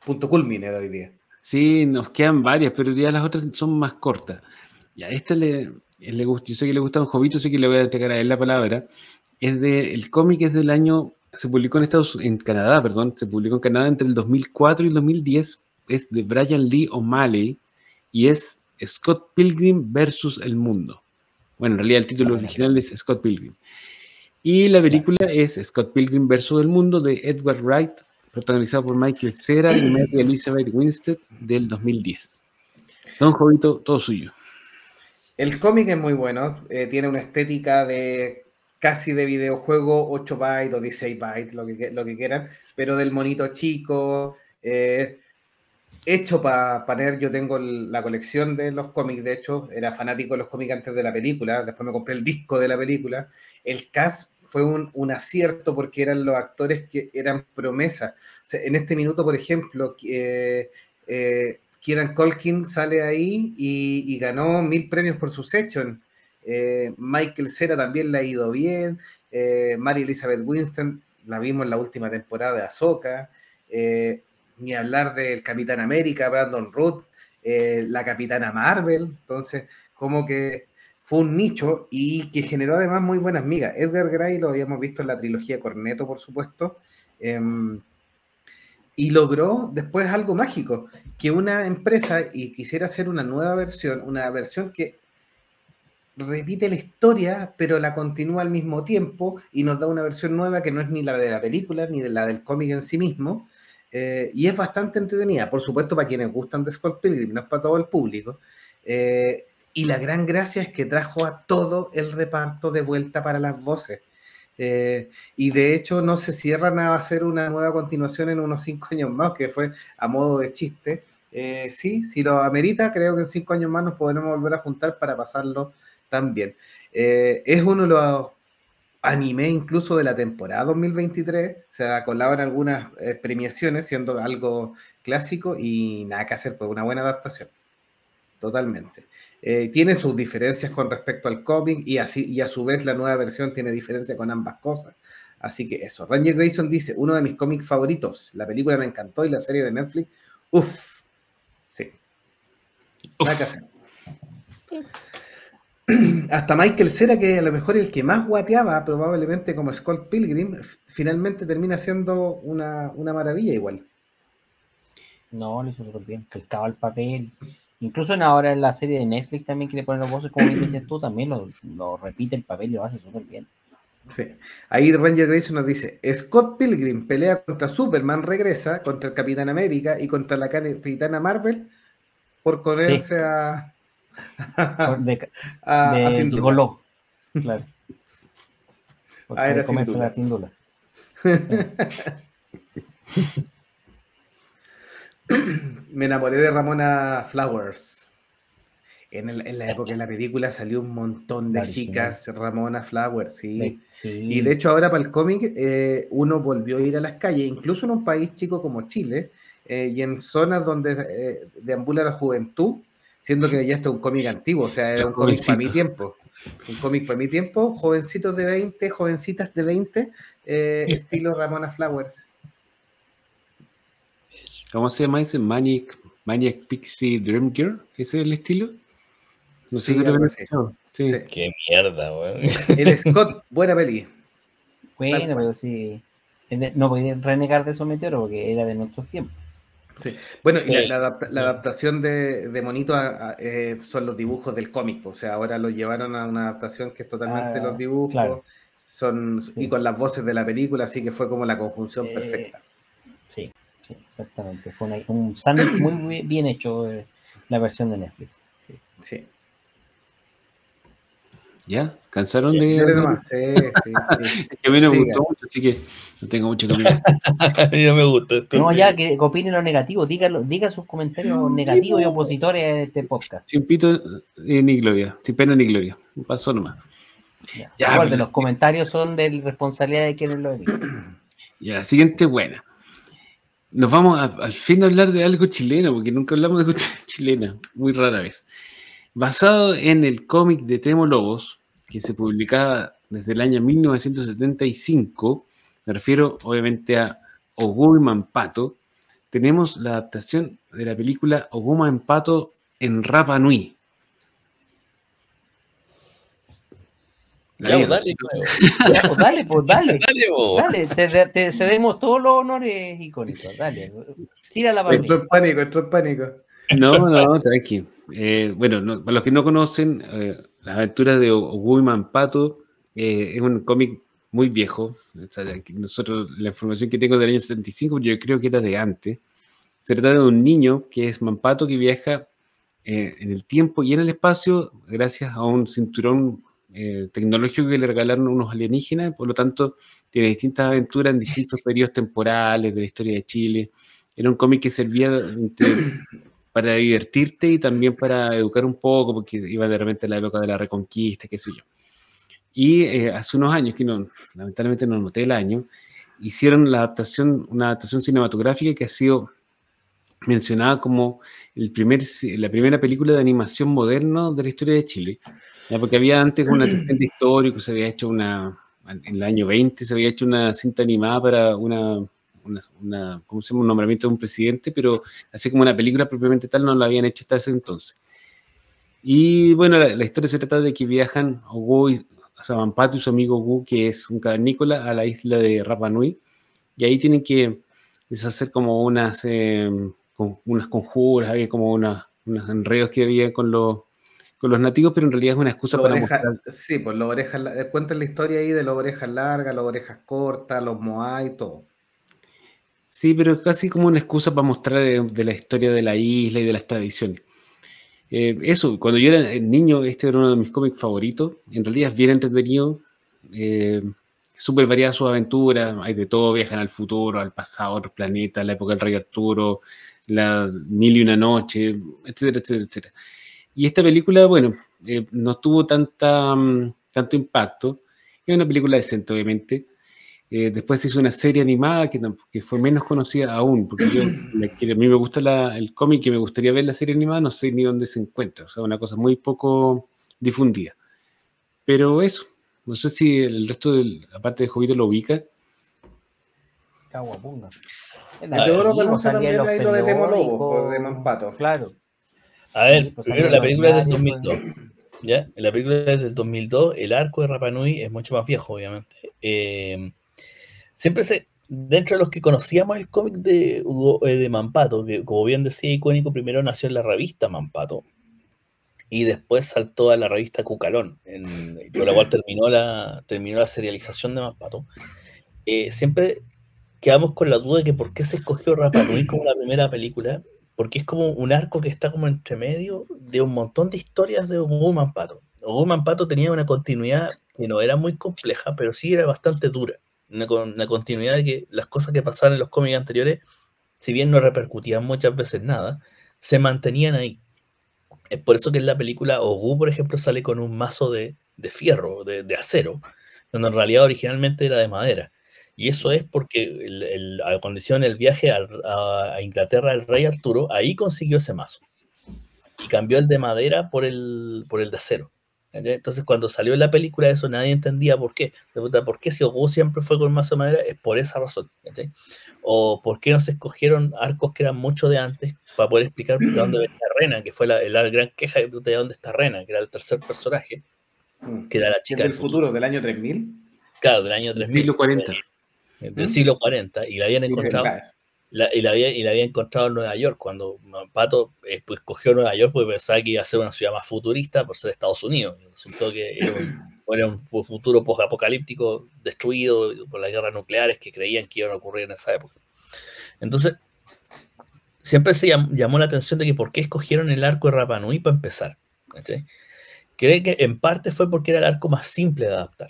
punto culmine de hoy día. Sí, nos quedan varias, pero ya las otras son más cortas. Ya, esta le gusta, yo sé que le gusta a Don Jovito, sé que le voy a entregar a él la palabra. El cómic es del año, se publicó en Canadá, perdón, se publicó en Canadá entre el 2004 y el 2010, es de Brian Lee O'Malley y es Scott Pilgrim versus el mundo. Bueno, en realidad el título original es Scott Pilgrim. Y la película es Scott Pilgrim versus el mundo de Edgar Wright, protagonizado por Michael Cera y Mary Elizabeth Winstead del 2010. Don Jovito, todo suyo. El cómic es muy bueno, tiene una estética de casi de videojuego, 8 bytes o 16 bytes, lo que quieran, pero del monito chico, hecho para nerd. Yo tengo la colección de los cómics, de hecho, era fanático de los cómics antes de la película, después me compré el disco de la película. El cast fue un acierto porque eran los actores que eran promesas. O sea, en este minuto, por ejemplo, Kieran Culkin sale ahí y ganó 1000 premios por sus hechos. Michael Cera también le ha ido bien. Mary Elizabeth Winstead la vimos en la última temporada de Ahsoka. Ni hablar del Capitán América, Brandon Root, la Capitana Marvel. Entonces, como que fue un nicho y que generó además muy buenas migas. Edgar Wright lo habíamos visto en la trilogía Cornetto, por supuesto. Y logró después algo mágico, que una empresa y quisiera hacer una nueva versión, una versión que repite la historia, pero la continúa al mismo tiempo y nos da una versión nueva que no es ni la de la película, ni de la del cómic en sí mismo, y es bastante entretenida, por supuesto para quienes gustan de Scott Pilgrim, no es para todo el público, y la gran gracia es que trajo a todo el reparto de vuelta para las voces. Y de hecho no se cierran a hacer una nueva continuación en unos 5 años más, que fue a modo de chiste. Sí, si lo amerita, creo que en 5 años más nos podremos volver a juntar para pasarlo también. Es uno de los anime incluso de la temporada 2023, se ha colado en algunas premiaciones siendo algo clásico y nada que hacer, pues una buena adaptación. Totalmente. Tiene sus diferencias con respecto al cómic y a su vez la nueva versión tiene diferencia con ambas cosas. Así que eso. Ranger Grayson dice, uno de mis cómics favoritos. La película me encantó y la serie de Netflix, uff. Sí. Nada que hacer. Hasta Michael Cera, que a lo mejor el que más guateaba probablemente como Scott Pilgrim, finalmente termina siendo una maravilla igual. No, lo hizo súper bien, calcaba el papel. Incluso ahora en la serie de Netflix también que le ponen los voces, como bien decías tú, también lo repite el papel y lo hace súper bien. Sí. Ahí Ranger Grayson nos dice, Scott Pilgrim pelea contra Superman, regresa contra el Capitán América y contra la Capitana Marvel por correrse a Gigoló. Claro. Era comerse sin duda. Me enamoré de Ramona Flowers. En la época de la película salió un montón de chicas, Ramona Flowers, sí. Y de hecho ahora para el cómic uno volvió a ir a las calles, incluso en un país chico como Chile, y en zonas donde deambula la juventud, siendo que ya está un cómic antiguo, o sea, era un cómic para mi tiempo. Un cómic para mi tiempo, jovencitos de 20, jovencitas de 20, estilo Ramona Flowers. ¿Cómo se llama ese? Maniac Pixie Dream Girl, ¿ese es el estilo? No sé si lo he escuchado. Sí. Qué mierda, weón. El Scott, buena peli. Bueno, pero sí. No podía renegar de esos meteoros porque era de nuestros tiempos. Sí. Bueno, y la adaptación de Monito son los dibujos del cómic. O sea, ahora lo llevaron a una adaptación que es totalmente los dibujos. Claro. Y con las voces de la película, así que fue como la conjunción perfecta. Sí, exactamente. Fue un sándwich muy bien hecho la versión de Netflix. Sí. ¿Ya? ¿Cansaron de...? Sí. Que a mí no me gustó mucho, así que no tengo mucho que opinar. A mí no me gusta. No, ya que opinen lo negativo, diga sus comentarios negativos y opositores en este podcast. Sin pito ni gloria, sin pena ni gloria. Pasó nomás. Ya, igual de los comentarios son de responsabilidad de quienes lo eligen. Ya, la siguiente buena. Nos vamos al fin a hablar de algo chileno, porque nunca hablamos de algo chilena, muy rara vez. Basado en el cómic de Temo Lobos, que se publicaba desde el año 1975, me refiero obviamente a Ogul Mampato, tenemos la adaptación de la película Oguma Empato en Rapa Nui. Ya, vieron. dale, Dale. dale, po. Dale, te cedemos todos los honores icónicos. Dale, tírala para Entró arriba. en pánico, entró en pánico. No, tranqui. Bueno, para los que no conocen, las aventuras de Oguma Empato es un cómic muy viejo. O sea, nosotros, la información que tengo del año 75, yo creo que era de antes. Se trata de un niño que es Mampato que viaja en el tiempo y en el espacio gracias a un cinturón tecnológico que le regalaron unos alienígenas. Por lo tanto, tiene distintas aventuras en distintos periodos temporales de la historia de Chile. Era un cómic que servía para divertirte y también para educar un poco, porque iba de repente a la época de la Reconquista, qué sé yo. Y hace unos años, que lamentablemente no noté el año, hicieron una adaptación cinematográfica que ha sido mencionada como la primera película de animación moderno de la historia de Chile. ¿Ya? Porque había antes una de histórico, se había hecho en el año 20 se había hecho una cinta animada para ¿cómo se llama? Un nombramiento de un presidente, pero así como una película propiamente tal no la habían hecho hasta ese entonces. Y bueno, la historia se trata de que viajan Mampato y su amigo Gu, que es un cavernícola, a la isla de Rapa Nui, y ahí tienen que deshacer como unas conjuras, había como unos enredos que había con los nativos, pero en realidad es una excusa para mostrar. Sí, pues los orejas, cuentan la historia ahí de las orejas largas, las orejas cortas, los moai, todo. Sí, pero es casi como una excusa para mostrar de la historia de la isla y de las tradiciones. Eso, cuando yo era niño, este era uno de mis cómics favoritos. En realidad es bien entretenido, súper variada su aventura, hay de todo, viajan al futuro, al pasado, a otros planetas, la época del Rey Arturo, la Mil y una Noche, etcétera, etcétera, etcétera. Y esta película, bueno, no tuvo tanto impacto. Es una película decente, obviamente. Después se hizo una serie animada que fue menos conocida aún, porque a mí me gusta el cómic y me gustaría ver la serie animada, no sé ni dónde se encuentra, o sea, una cosa muy poco difundida. Pero eso, no sé si el resto, aparte de Jovito, lo ubica. Caguapunga. Yo lo conozco también ahí lo de Temo Lobo, por de Mampato. Claro. A ver, Sí, pues primero salían la película es del los 2002. ¿Ya? La película es del 2002, el arco de Rapa Nui es mucho más viejo, obviamente. Siempre dentro de los que conocíamos el cómic de Mampato, que como bien decía icónico, primero nació en la revista Mampato y después saltó a la revista Cucalón, con la cual terminó la serialización de Mampato. Siempre quedamos con la duda de que por qué se escogió Rapa Nui como la primera película, porque es como un arco que está como entre medio de un montón de historias de Oguma Mampato. Oguma Mampato tenía una continuidad que no era muy compleja, pero sí era bastante dura. Una continuidad de que las cosas que pasaban en los cómics anteriores, si bien no repercutían muchas veces nada, se mantenían ahí. Es por eso que en la película Ogu, por ejemplo, sale con un mazo de fierro, de acero, cuando en realidad originalmente era de madera. Y eso es porque cuando hicieron el viaje a Inglaterra el rey Arturo, ahí consiguió ese mazo. Y cambió el de madera por el de acero. Entonces cuando salió en la película eso nadie entendía por qué. ¿Por qué si Ogu siempre fue con mazo de madera? Es por esa razón. ¿Sí? O por qué no se escogieron arcos que eran mucho de antes para poder explicar de dónde venía Rena, que fue la gran queja de dónde está Rena, que era el tercer personaje, que era la chica del futuro, del año 3000. Claro, del año 3000. Siglo 40. Del siglo 40, y la habían encontrado. Y la había encontrado en Nueva York, cuando Mampato pues, cogió Nueva York porque pensaba que iba a ser una ciudad más futurista por ser Estados Unidos. Y resultó que era un futuro post-apocalíptico destruido por las guerras nucleares que creían que iban a ocurrir en esa época. Entonces, siempre se llamó la atención de que por qué escogieron el arco de Rapa Nui para empezar. ¿Sí? Creo que en parte fue porque era el arco más simple de adaptar.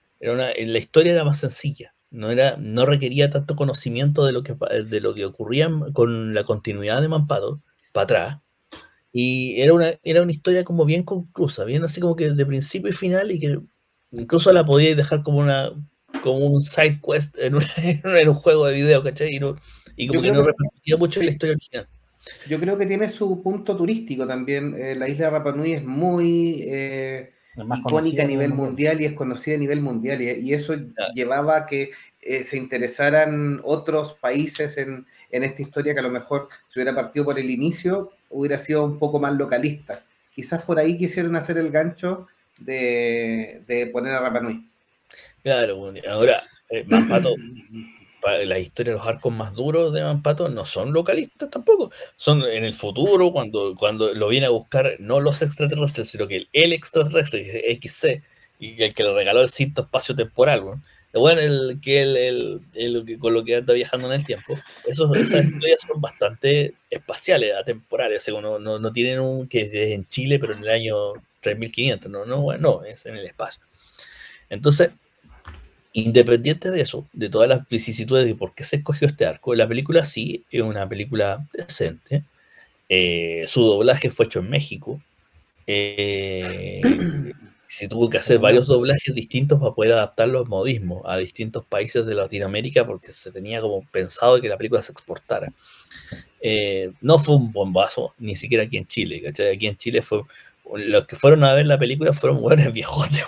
La historia era más sencilla. No requería tanto conocimiento de lo que ocurría con la continuidad de Mampato para atrás. Y era una historia como bien conclusa, bien así como que de principio y final, y que incluso la podíais dejar como un side quest en un juego de video, ¿cachai? Y como que no repercutía mucho en la historia original. Yo creo que tiene su punto turístico también. La isla de Rapa Nui es muy icónica a nivel mundial y es conocida a nivel mundial. Y eso llevaba a que se interesaran otros países en esta historia, que a lo mejor si hubiera partido por el inicio hubiera sido un poco más localista. Quizás por ahí quisieron hacer el gancho de poner a Rapa Nui. Claro, bueno, ahora Mampato, la historia de los arcos más duros de Mampato no son localistas tampoco, son en el futuro, cuando lo viene a buscar no los extraterrestres, sino que el extraterrestre, XC, y el que le regaló el cinto espacio-temporal, ¿no? Bueno, con lo que anda viajando en el tiempo, esas historias son bastante espaciales, atemporales, no tienen un que es en Chile, pero en el año 3500, no, es en el espacio. Entonces, independiente de eso, de todas las vicisitudes de por qué se escogió este arco, la película sí es una película decente. Su doblaje fue hecho en México. Se tuvo que hacer varios doblajes distintos para poder adaptar los modismos a distintos países de Latinoamérica, porque se tenía como pensado que la película se exportara. No fue un bombazo, ni siquiera aquí en Chile, ¿cachai? Aquí en Chile los que fueron a ver la película fueron hueones viejotes,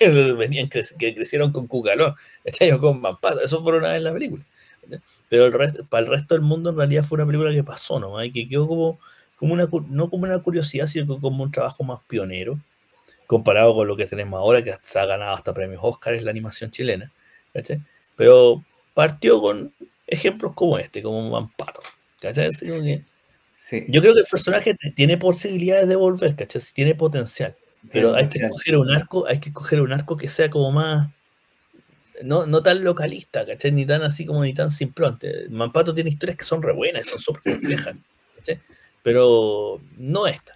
que crecieron con Cucalón, ¿cachai? O con Mampato, esos fueron a ver la película. ¿cachai? Pero para el resto del mundo en realidad fue una película que pasó, ¿no? Y que quedó no como una curiosidad, sino como un trabajo más pionero, comparado con lo que tenemos ahora, que se ha ganado hasta premios Oscar, es la animación chilena, ¿cachai? Pero partió con ejemplos como como Mampato, ¿cachai? Sí. Yo creo que el personaje tiene posibilidades de volver, ¿cachai? Tiene potencial, pero hay que escoger un arco que sea como más, no tan localista, ¿cachai? Ni tan así como ni tan simplón. Mampato tiene historias que son re buenas, son súper complejas, ¿cachai? Pero no esta.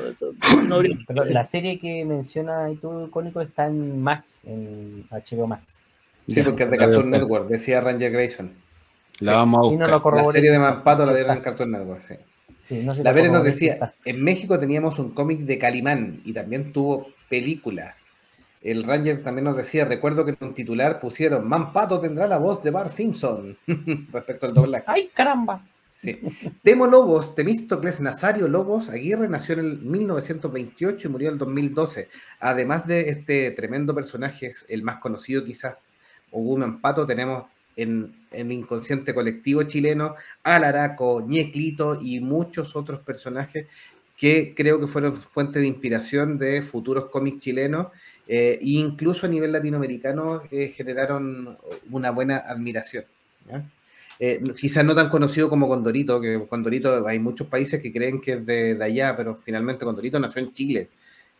Pero la serie que menciona tú, Cónico, está en Max, en HBO Max. Sí, porque es de Cartoon Network, decía Ranger Grayson. La vamos a buscar. La serie de Mampato la dieron en Cartoon Network, sí. Sí, no sé, la Vere nos decía, en México teníamos un cómic de Calimán y también tuvo película. El Ranger también nos decía, recuerdo que en un titular pusieron, Mampato tendrá la voz de Bart Simpson, respecto al doblaje. ¡Ay, caramba! Sí. Temo Lobos, Temístocles Nazario Lobos Aguirre, nació en el 1928 y murió en el 2012. Además de este tremendo personaje, el más conocido quizás, Ogú Mampato, tenemos en el inconsciente colectivo chileno al Araco, Ñeclito y muchos otros personajes que creo que fueron fuente de inspiración de futuros cómics chilenos e incluso a nivel latinoamericano generaron una buena admiración, ¿ya? Quizás no tan conocido como Condorito, que Condorito hay muchos países que creen que es de allá, pero finalmente Condorito nació en Chile.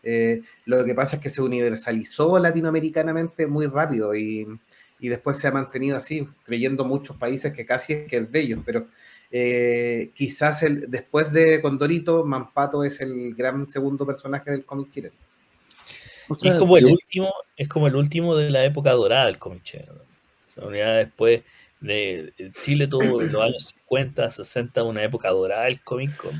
Lo que pasa es que se universalizó latinoamericanamente muy rápido y después se ha mantenido así, creyendo muchos países que casi es que es de ellos, pero quizás después de Condorito, Mampato es el gran segundo personaje del cómic chileno. Es como el último de la época dorada del cómic chileno. O sea, ya después de Chile tuvo los años 50, 60, una época dorada del cómic con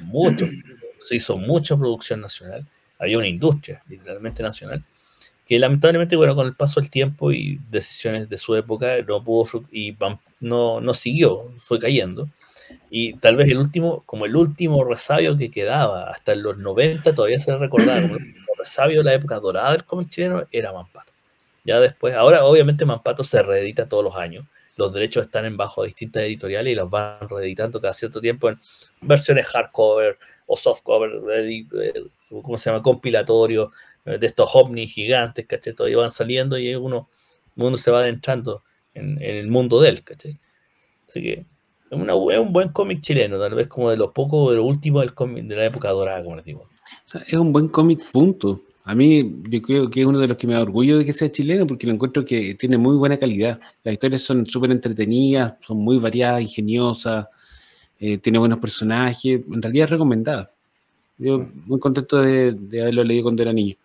se hizo mucha producción nacional, había una industria literalmente nacional, que lamentablemente, bueno, con el paso del tiempo y decisiones de su época no pudo y no siguió, fue cayendo. Y tal vez el último resabio que quedaba hasta en los 90 todavía se recordaba como el último resabio de la época dorada del cómic chileno era Mampato. Ya después, ahora obviamente Mampato se reedita todos los años, los derechos están en bajo distintas editoriales y los van reeditando cada cierto tiempo en versiones hardcover o softcover, ¿cómo se llama? Compilatorio de estos ovnis gigantes, ¿cachai? Todavía van saliendo y uno se va adentrando en el mundo de él, ¿cachai? Así que es un buen cómic chileno, tal vez como de lo último del cómic de la época dorada, como les digo. O sea, es un buen cómic, punto. A mí, yo creo que es uno de los que me da orgullo de que sea chileno, porque lo encuentro que tiene muy buena calidad. Las historias son súper entretenidas, son muy variadas, ingeniosas, tiene buenos personajes, en realidad es recomendada. Yo muy contento de haberlo leído cuando era niño.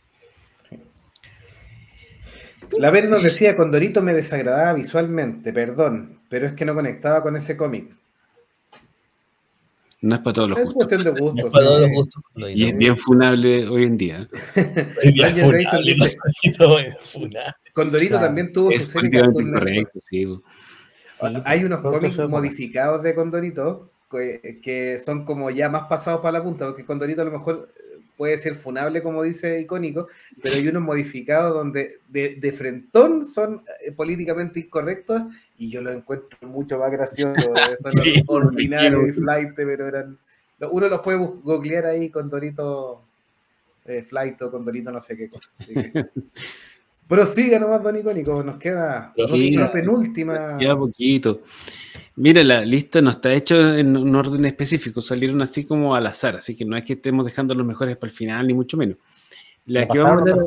La Vere nos decía, Condorito me desagradaba visualmente, perdón, pero es que no conectaba con ese cómic. No es para todos los gustos. Es cuestión de gusto. No es para todos los gustos. Y es bien funable hoy en día. Ranger Grayson dice, Condorito también tuvo su serie Cartoon Network. Sí, hay unos cómics modificados de Condorito que son como ya más pasados para la punta, porque Condorito a lo mejor puede ser funable, como dice Icónico, pero hay unos modificados donde de frentón son políticamente incorrectos y yo los encuentro mucho más graciosos. Son Sí, ordinarios y flight, pero eran... Uno los puede googlear ahí con Dorito flight o con Dorito no sé qué cosa. Así que... Prosiga nomás, don Icónico, nos queda nuestra penúltima... Ya poquito. Mira, la lista no está hecha en un orden específico, salieron así como al azar, así que no es que estemos dejando los mejores para el final, ni mucho menos. La que vamos a hablar,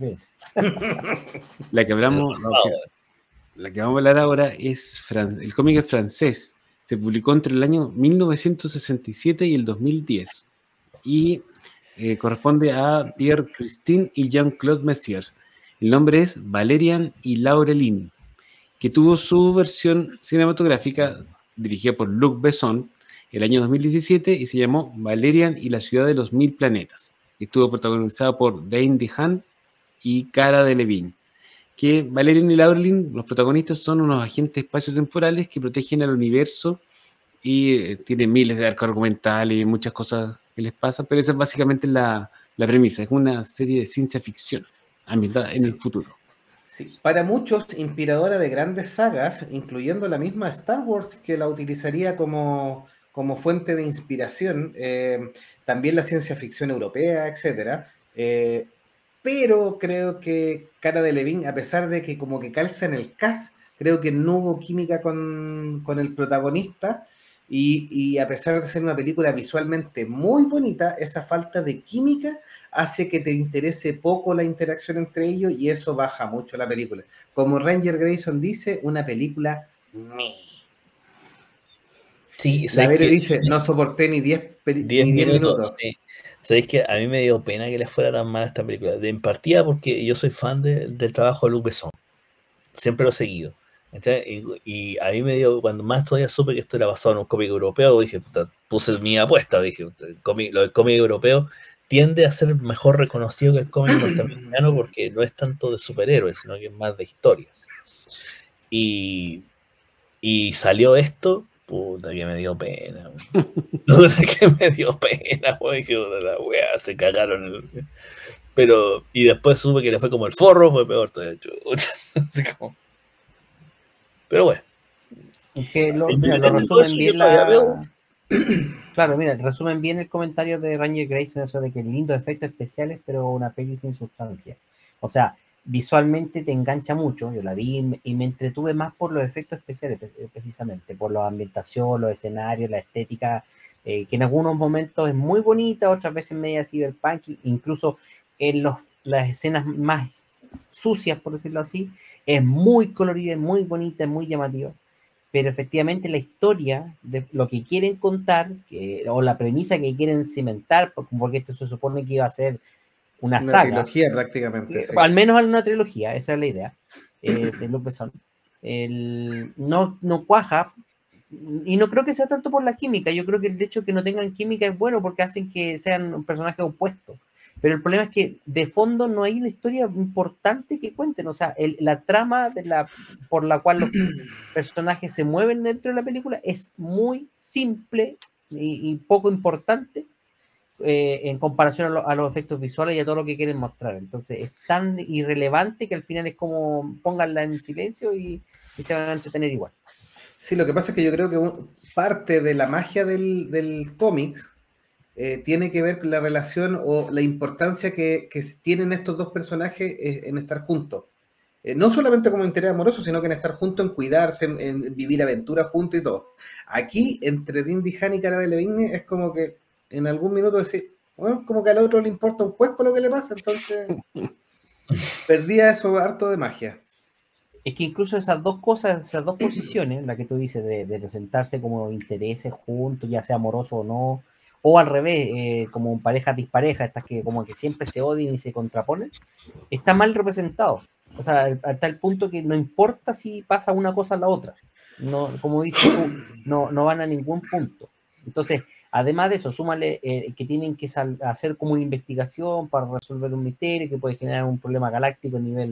la que hablamos, la que vamos a hablar ahora es el cómic es francés. Se publicó entre el año 1967 y el 2010 y corresponde a Pierre Christine y Jean-Claude Messiers. El nombre es Valerian y Laureline, que tuvo su versión cinematográfica dirigida por Luc Besson el año 2017 y se llamó Valerian y la ciudad de los 1000 planetas. Estuvo protagonizada por Dane DeHaan y Cara Delevingne. Que Valerian y Laureline, los protagonistas, son unos agentes espaciotemporales que protegen al universo y tienen miles de arcos argumentales y muchas cosas que les pasan, pero esa es básicamente la premisa. Es una serie de ciencia ficción ambientada en el futuro. Sí, para muchos inspiradora de grandes sagas, incluyendo la misma Star Wars, que la utilizaría como fuente de inspiración, también la ciencia ficción europea, etcétera. Pero creo que Cara Delevingne, a pesar de que como que calza en el cast, creo que no hubo química con el protagonista, y a pesar de ser una película visualmente muy bonita, esa falta de química hace que te interese poco la interacción entre ellos y eso baja mucho la película. Como Ranger Grayson dice, una película... Sí, la Bere dice, no soporté ni 10 minutos. Sí. Sabéis que a mí me dio pena que le fuera tan mal esta película. De en partida porque yo soy fan del trabajo de Luc Besson. Siempre lo he seguido. Y a mí me dio, cuando más todavía supe que esto era basado en un cómic europeo, dije, puta, puse mi apuesta, dije, lo del cómic europeo tiende a ser mejor reconocido que el cómic norteamericano porque no es tanto de superhéroes, sino que es más de historias. Y salió esto, puta que me dio pena. Que me dio pena, güey, que la wea se cagaron. Pero, y después supe que le fue como el forro, fue peor todavía. Así como... Pero bueno. Es que lo resumen bien Claro, mira, resumen bien el comentario de Ranger Grayson, eso de que lindos efectos especiales, pero una peli sin sustancia. O sea, visualmente te engancha mucho, yo la vi y me entretuve más por los efectos especiales, precisamente, por la ambientación, los escenarios, la estética, que en algunos momentos es muy bonita, otras veces media cyberpunk, incluso en las escenas más sucias, por decirlo así, es muy colorida, es muy bonita, es muy llamativa. Pero efectivamente la historia de lo que quieren contar, o la premisa que quieren cimentar, porque esto se supone que iba a ser una saga. Trilogía prácticamente. Sí. Al menos una trilogía, esa es la idea de Luc Besson. No cuaja, y no creo que sea tanto por la química, yo creo que el hecho de que no tengan química es bueno porque hacen que sean un personaje opuesto. Pero el problema es que de fondo no hay una historia importante que cuenten, o sea, la trama por la cual los personajes se mueven dentro de la película es muy simple y poco importante en comparación a los efectos visuales y a todo lo que quieren mostrar. Entonces es tan irrelevante que al final es como pónganla en silencio y se van a entretener igual. Sí, lo que pasa es que yo creo que parte de la magia del cómics tiene que ver con la relación o la importancia que tienen estos dos personajes en estar juntos. No solamente como interés amoroso, sino que en estar juntos, en cuidarse, en vivir aventuras juntos y todo. Aquí, entre Dane DeHaan y Cara Delevingne, es como que en algún minuto decir, bueno, como que al otro le importa un puesco lo que le pasa, entonces perdía eso harto de magia. Es que incluso esas dos cosas, esas dos posiciones, la que tú dices de presentarse como intereses juntos, ya sea amoroso o no, o al revés, como pareja dispareja, estas que como que siempre se odian y se contraponen, está mal representado. O sea, hasta el punto que no importa si pasa una cosa a la otra. No, como dices tú, no van a ningún punto. Entonces, además de eso, súmale que tienen que hacer como una investigación para resolver un misterio que puede generar un problema galáctico a nivel...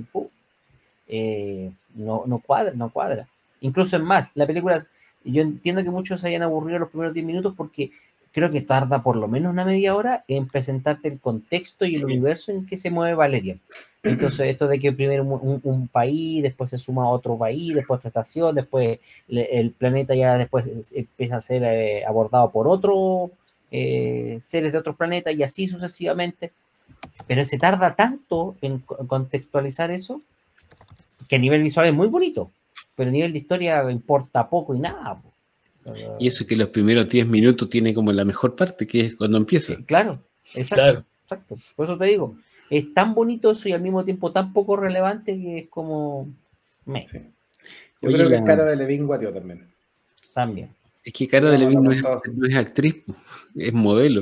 no cuadra. Incluso es más, la película, yo entiendo que muchos se hayan aburrido los primeros 10 minutos porque creo que tarda por lo menos una media hora en presentarte el contexto y el universo en que se mueve Valerian. Entonces, esto de que primero un país, después se suma a otro país, después otra estación, después el planeta ya después empieza a ser abordado por otros seres de otros planetas y así sucesivamente. Pero se tarda tanto en contextualizar eso que a nivel visual es muy bonito, pero a nivel de historia importa poco y nada. Y eso que los primeros 10 minutos tiene como la mejor parte, que es cuando empieza. Sí, claro, exacto, exacto. Por eso te digo, es tan bonito eso y al mismo tiempo tan poco relevante que es como... Sí. Yo creo que es Cara Delevingne guateó también. También. Es que Cara Delevingne no es actriz, es modelo.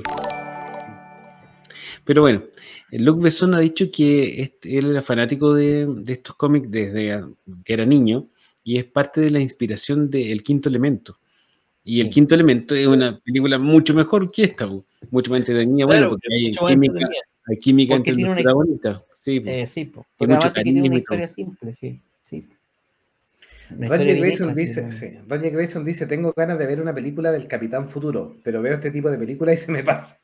Pero bueno, Luc Besson ha dicho que él era fanático de estos cómics desde que era niño y es parte de la inspiración de El Quinto Elemento. Y El Quinto Elemento es una película mucho mejor que esta, mucho más entretenida, bueno, porque hay química entre los protagonistas. Sí, sí, porque además que tiene una historia simple, sí. Ranger Grayson dice, tengo ganas de ver una película del Capitán Futuro, pero veo este tipo de películas y se me pasa.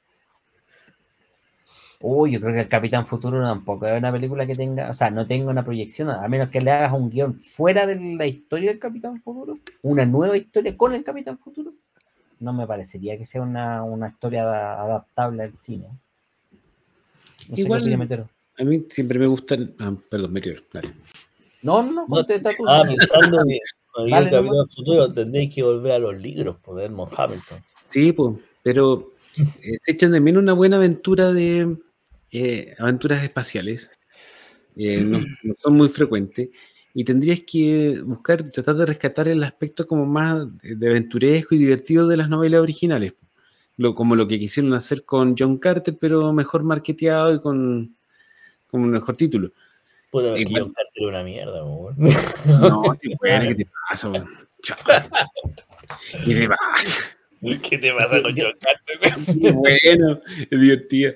Yo creo que el Capitán Futuro tampoco es una película que tenga, o sea, no tenga una proyección, a menos que le hagas un guión fuera de la historia del Capitán Futuro, una nueva historia con el Capitán Futuro, no me parecería que sea una historia adaptable al cine. No igual, sé qué Meteoro. A mí siempre me gustan... perdón, Meteoro, dale. No, contesta tú. Pensando que el Capitán Futuro tendréis que volver a los libros, por Edmond Hamilton. Sí, pues, pero se echan de menos una buena aventura de aventuras espaciales. No son muy frecuentes. Y tendrías que tratar de rescatar el aspecto como más de aventuresco y divertido de las novelas originales. Como lo que quisieron hacer con John Carter, pero mejor marketeado y con un mejor título. Puta, que John Carter es una mierda, güey. No, ¿qué te pasa, güey? ¿Qué te pasa? ¿Qué te pasa con John Carter, güey? Bueno, es divertido.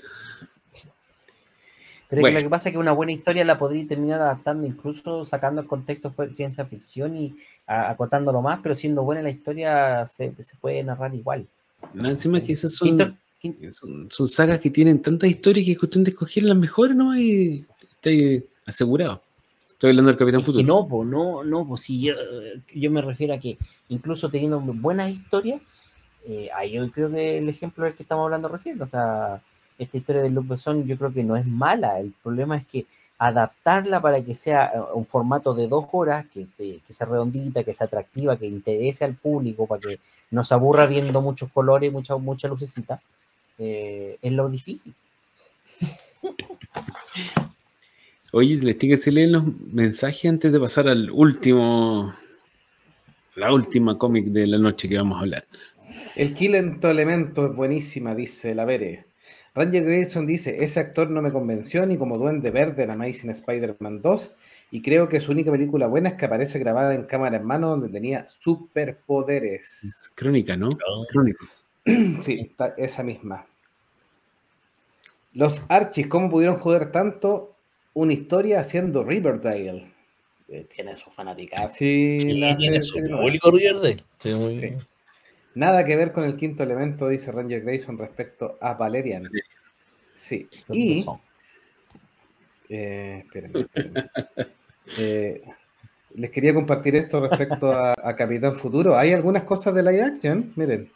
Pero lo que pasa es que una buena historia la podría terminar adaptando, incluso sacando el contexto de ciencia ficción y acotándolo más, pero siendo buena la historia se puede narrar igual. Encima que esas son sagas que tienen tantas historias que es cuestión de escoger las mejores, ¿no? Y está asegurado. Estoy hablando del Capitán Futuro. No, pues si yo me refiero a que incluso teniendo buenas historias, yo creo que el ejemplo del que estamos hablando recién, o sea, esta historia de Luc Besson yo creo que no es mala, el problema es que adaptarla para que sea un formato de 2 horas, que sea redondita, que sea atractiva, que interese al público, para que no se aburra viendo muchos colores, mucha lucecita, es lo difícil. Oye, les tengo que leer los mensajes antes de pasar al la última cómic de la noche que vamos a hablar. El Quinto Elemento es buenísima, dice la Bere. Ranger Grayson dice, ese actor no me convenció ni como Duende Verde en Amazing Spider-Man 2 y creo que su única película buena es que aparece grabada en cámara en mano donde tenía superpoderes. Crónica, ¿no? Crónico. Sí, esa misma. Los Archies, ¿cómo pudieron joder tanto una historia haciendo Riverdale? Tiene su fanática. Sí, tiene su público Riverdale. Sí. Nada que ver con el Quinto Elemento, dice Ranger Grayson respecto a Valerian. Sí. Y... espérenme. Les quería compartir esto respecto a Capitán Futuro. Hay algunas cosas de live action, miren.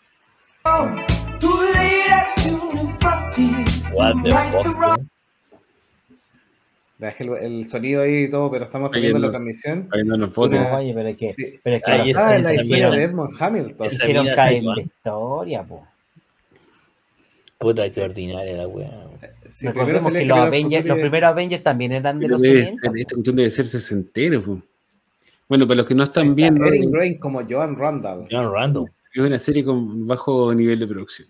Dejé el sonido ahí y todo, pero estamos teniendo la transmisión. Oye, pero es que basada en la historia de Edmond Hamilton. Hicieron caer la historia, po. Puta, qué ordinaria la weá. Sí, recordemos que los primeros Avengers también eran de los 70. Esta cuestión debe ser sesentero, po. Bueno, para los que no están viendo... Erin Rain como Joan Randall. Es una serie con bajo nivel de producción.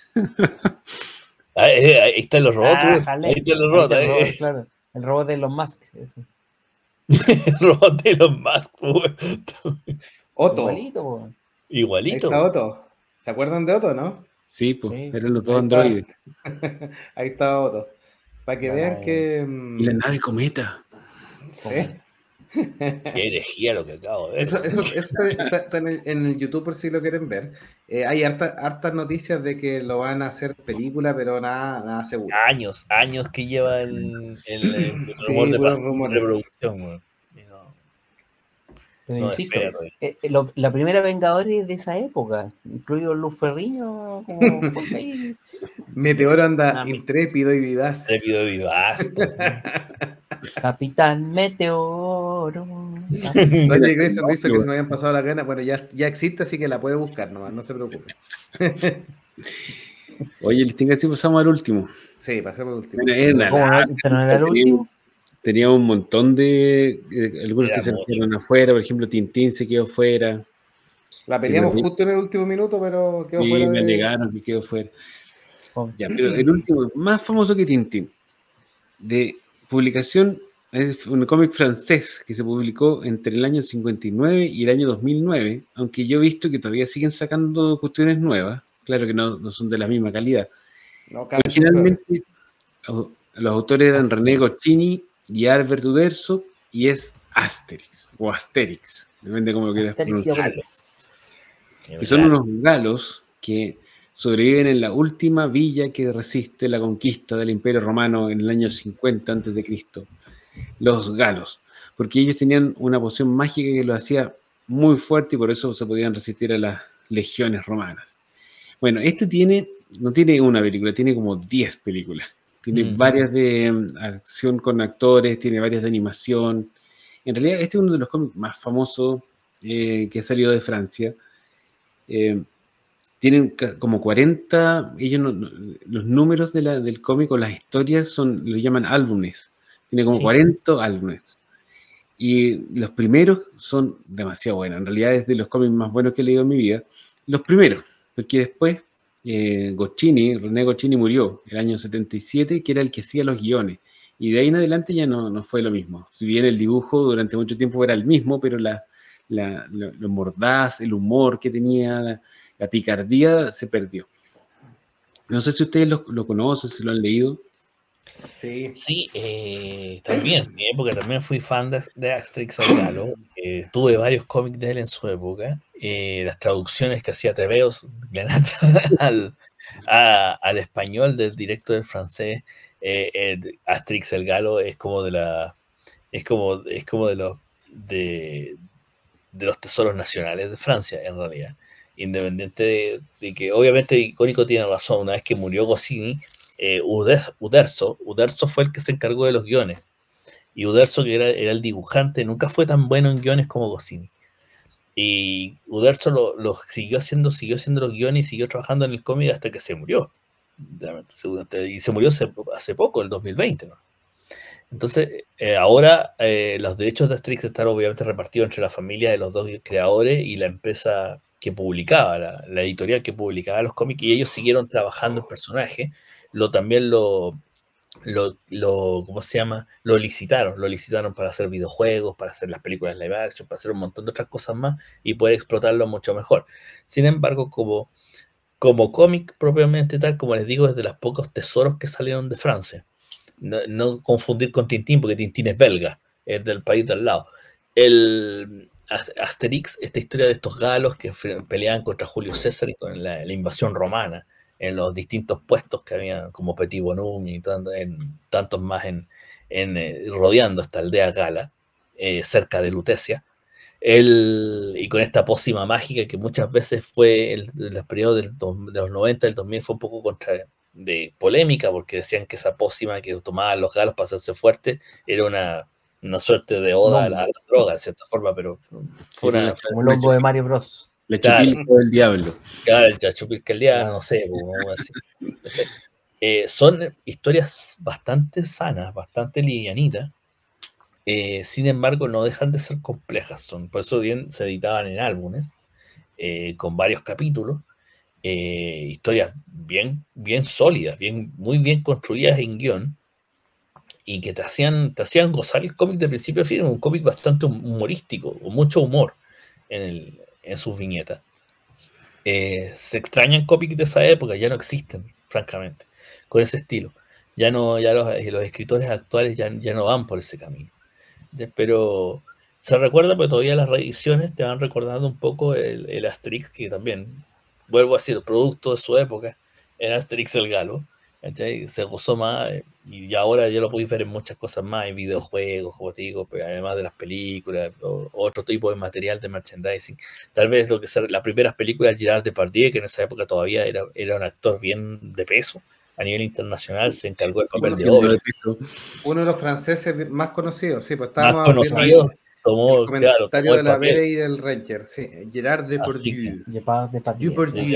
Ahí están los robots. Ahí están los robots. Claro. El robot de Elon Musk. Ese. El robot de Elon Musk. Otto. Igualito. Ahí está Otto. ¿Se acuerdan de Otto, no? Sí, pues, eran los dos androides. Ahí está Otto. Para que vean que... Y la nave cometa. Sí. Qué herejía lo que acabo de ver. Eso está en el YouTube por si lo quieren ver. Hay hartas noticias de que lo van a hacer película, pero nada seguro. Años que lleva el rumor Sí, de puros pasar rumores. de producción, weón. Y Pero no insisto, despega, la primera Vengadores de esa época, incluido Luz Ferriño, como porque ahí. Meteoro anda Nami. intrépido y vivaz. Trépido y vivaz, po, weón. Capitán Meteoro. Roger Grayson dice que se me habían pasado las ganas. Bueno, ya existe, así que la puede buscar nomás, no se preocupe. Oye, les tengo que decir, pasamos al último. Sí, pasemos al último. Bueno, es una ¿Cómo lata, no era el último? Tenía un montón de algunos Era que se mucho. quedaron afuera, por ejemplo, Tintín se quedó fuera. La peleamos justo en el último minuto, pero quedó Y fuera me de. alegaron que quedó fuera. Ya, pero el último, más famoso que Tintín, de publicación, es un cómic francés que se publicó entre el año 59 y el año 2009, aunque yo he visto que todavía siguen sacando cuestiones nuevas, claro que no son de la misma calidad. No, cada vez son peores. Originalmente los autores eran René Goscinny y Albert Uderzo, y es Asterix o Asterix, depende de cómo lo quieras Asterix y pronunciar. Obelix. Que son unos galos que sobreviven en la última villa que resiste la conquista del Imperio Romano en el año 50 a.C., los galos, porque ellos tenían una poción mágica que los hacía muy fuerte y por eso se podían resistir a las legiones romanas. Bueno, no tiene una película, tiene como 10 películas. Tiene varias de acción con actores, tiene varias de animación. En realidad, este es uno de los cómics más famosos que ha salido de Francia. Tienen como 40, los números del cómic o las historias lo llaman álbumes. Tiene como 40 álbumes. Y los primeros son demasiado buenos. En realidad es de los cómics más buenos que he leído en mi vida. Los primeros, porque después René Goscinny murió el año 77, que era el que hacía los guiones. Y de ahí en adelante ya no fue lo mismo. Si bien el dibujo durante mucho tiempo era el mismo, pero lo mordaz, el humor que tenía, la picardía se perdió. No sé si ustedes lo conocen, si lo han leído. Sí. También, en mi época también fui fan de Asterix el Galo. Tuve varios cómics de él en su época. Las traducciones que hacía Tebeos al español del directo del francés. Asterix el Galo es como de los tesoros nacionales de Francia, en realidad. Independiente de que, obviamente, Icónico tiene razón. Una vez que murió Goscinny, Uderzo fue el que se encargó de los guiones. Y Uderzo, que era el dibujante, nunca fue tan bueno en guiones como Goscinny. Y Uderzo lo siguió haciendo los guiones y siguió trabajando en el cómic hasta que se murió. Y se murió hace poco, el 2020, ¿no? Entonces, ahora los derechos de Asterix están obviamente repartidos entre la familia de los dos creadores y la empresa que publicaba, la editorial que publicaba los cómics, y ellos siguieron trabajando en personajes. ¿Cómo se llama? Lo licitaron para hacer videojuegos, para hacer las películas live action, para hacer un montón de otras cosas más y poder explotarlo mucho mejor. Sin embargo, como cómic propiamente tal, como les digo, es de los pocos tesoros que salieron de Francia. No confundir con Tintín, porque Tintín es belga, es del país de al lado. El Asterix, esta historia de estos galos que peleaban contra Julio César y con la invasión romana en los distintos puestos que había, como Petit Bonum y tantos más rodeando esta aldea gala, cerca de Lutecia. Y con esta pócima mágica que muchas veces fue en los periodos de los 90, del 2000 fue un poco de polémica, porque decían que esa pócima que tomaban los galos para hacerse fuertes era una suerte de oda a la droga, de cierta forma, pero fue como el hongo de Mario Bros. La chupilca del diablo. Claro, la chupilca del diablo, no sé, así. Son historias bastante sanas, bastante livianitas. Sin embargo, no dejan de ser complejas. Por eso bien se editaban en álbumes con varios capítulos. Historias bien sólidas, muy bien construidas en guión, y que te hacían gozar el cómic de principio a fin. Un cómic bastante humorístico, con mucho humor en sus viñetas. Se extrañan cómics de esa época, ya no existen, francamente, con ese estilo. Ya los escritores actuales ya no van por ese camino. Pero se recuerda, pero todavía las reediciones te van recordando un poco el Asterix, que también, vuelvo a decir, producto de su época, el Asterix el Galo, ¿cachai? Se gozó más, y ahora ya lo podéis ver en muchas cosas más, en videojuegos, como te digo, pero además de las películas, otro tipo de material de merchandising. Tal vez las primeras películas de Gerard Depardieu, que en esa época todavía era un actor bien de peso, a nivel internacional, se encargó del papel de Sí, Obelix. uno de los franceses más conocidos, sí, pues Más estábamos viendo ahí conocido, el claro, comentario tomó de el la papel. Bere y del Ranger, sí, Gerard Así que, Depardieu. Depardieu.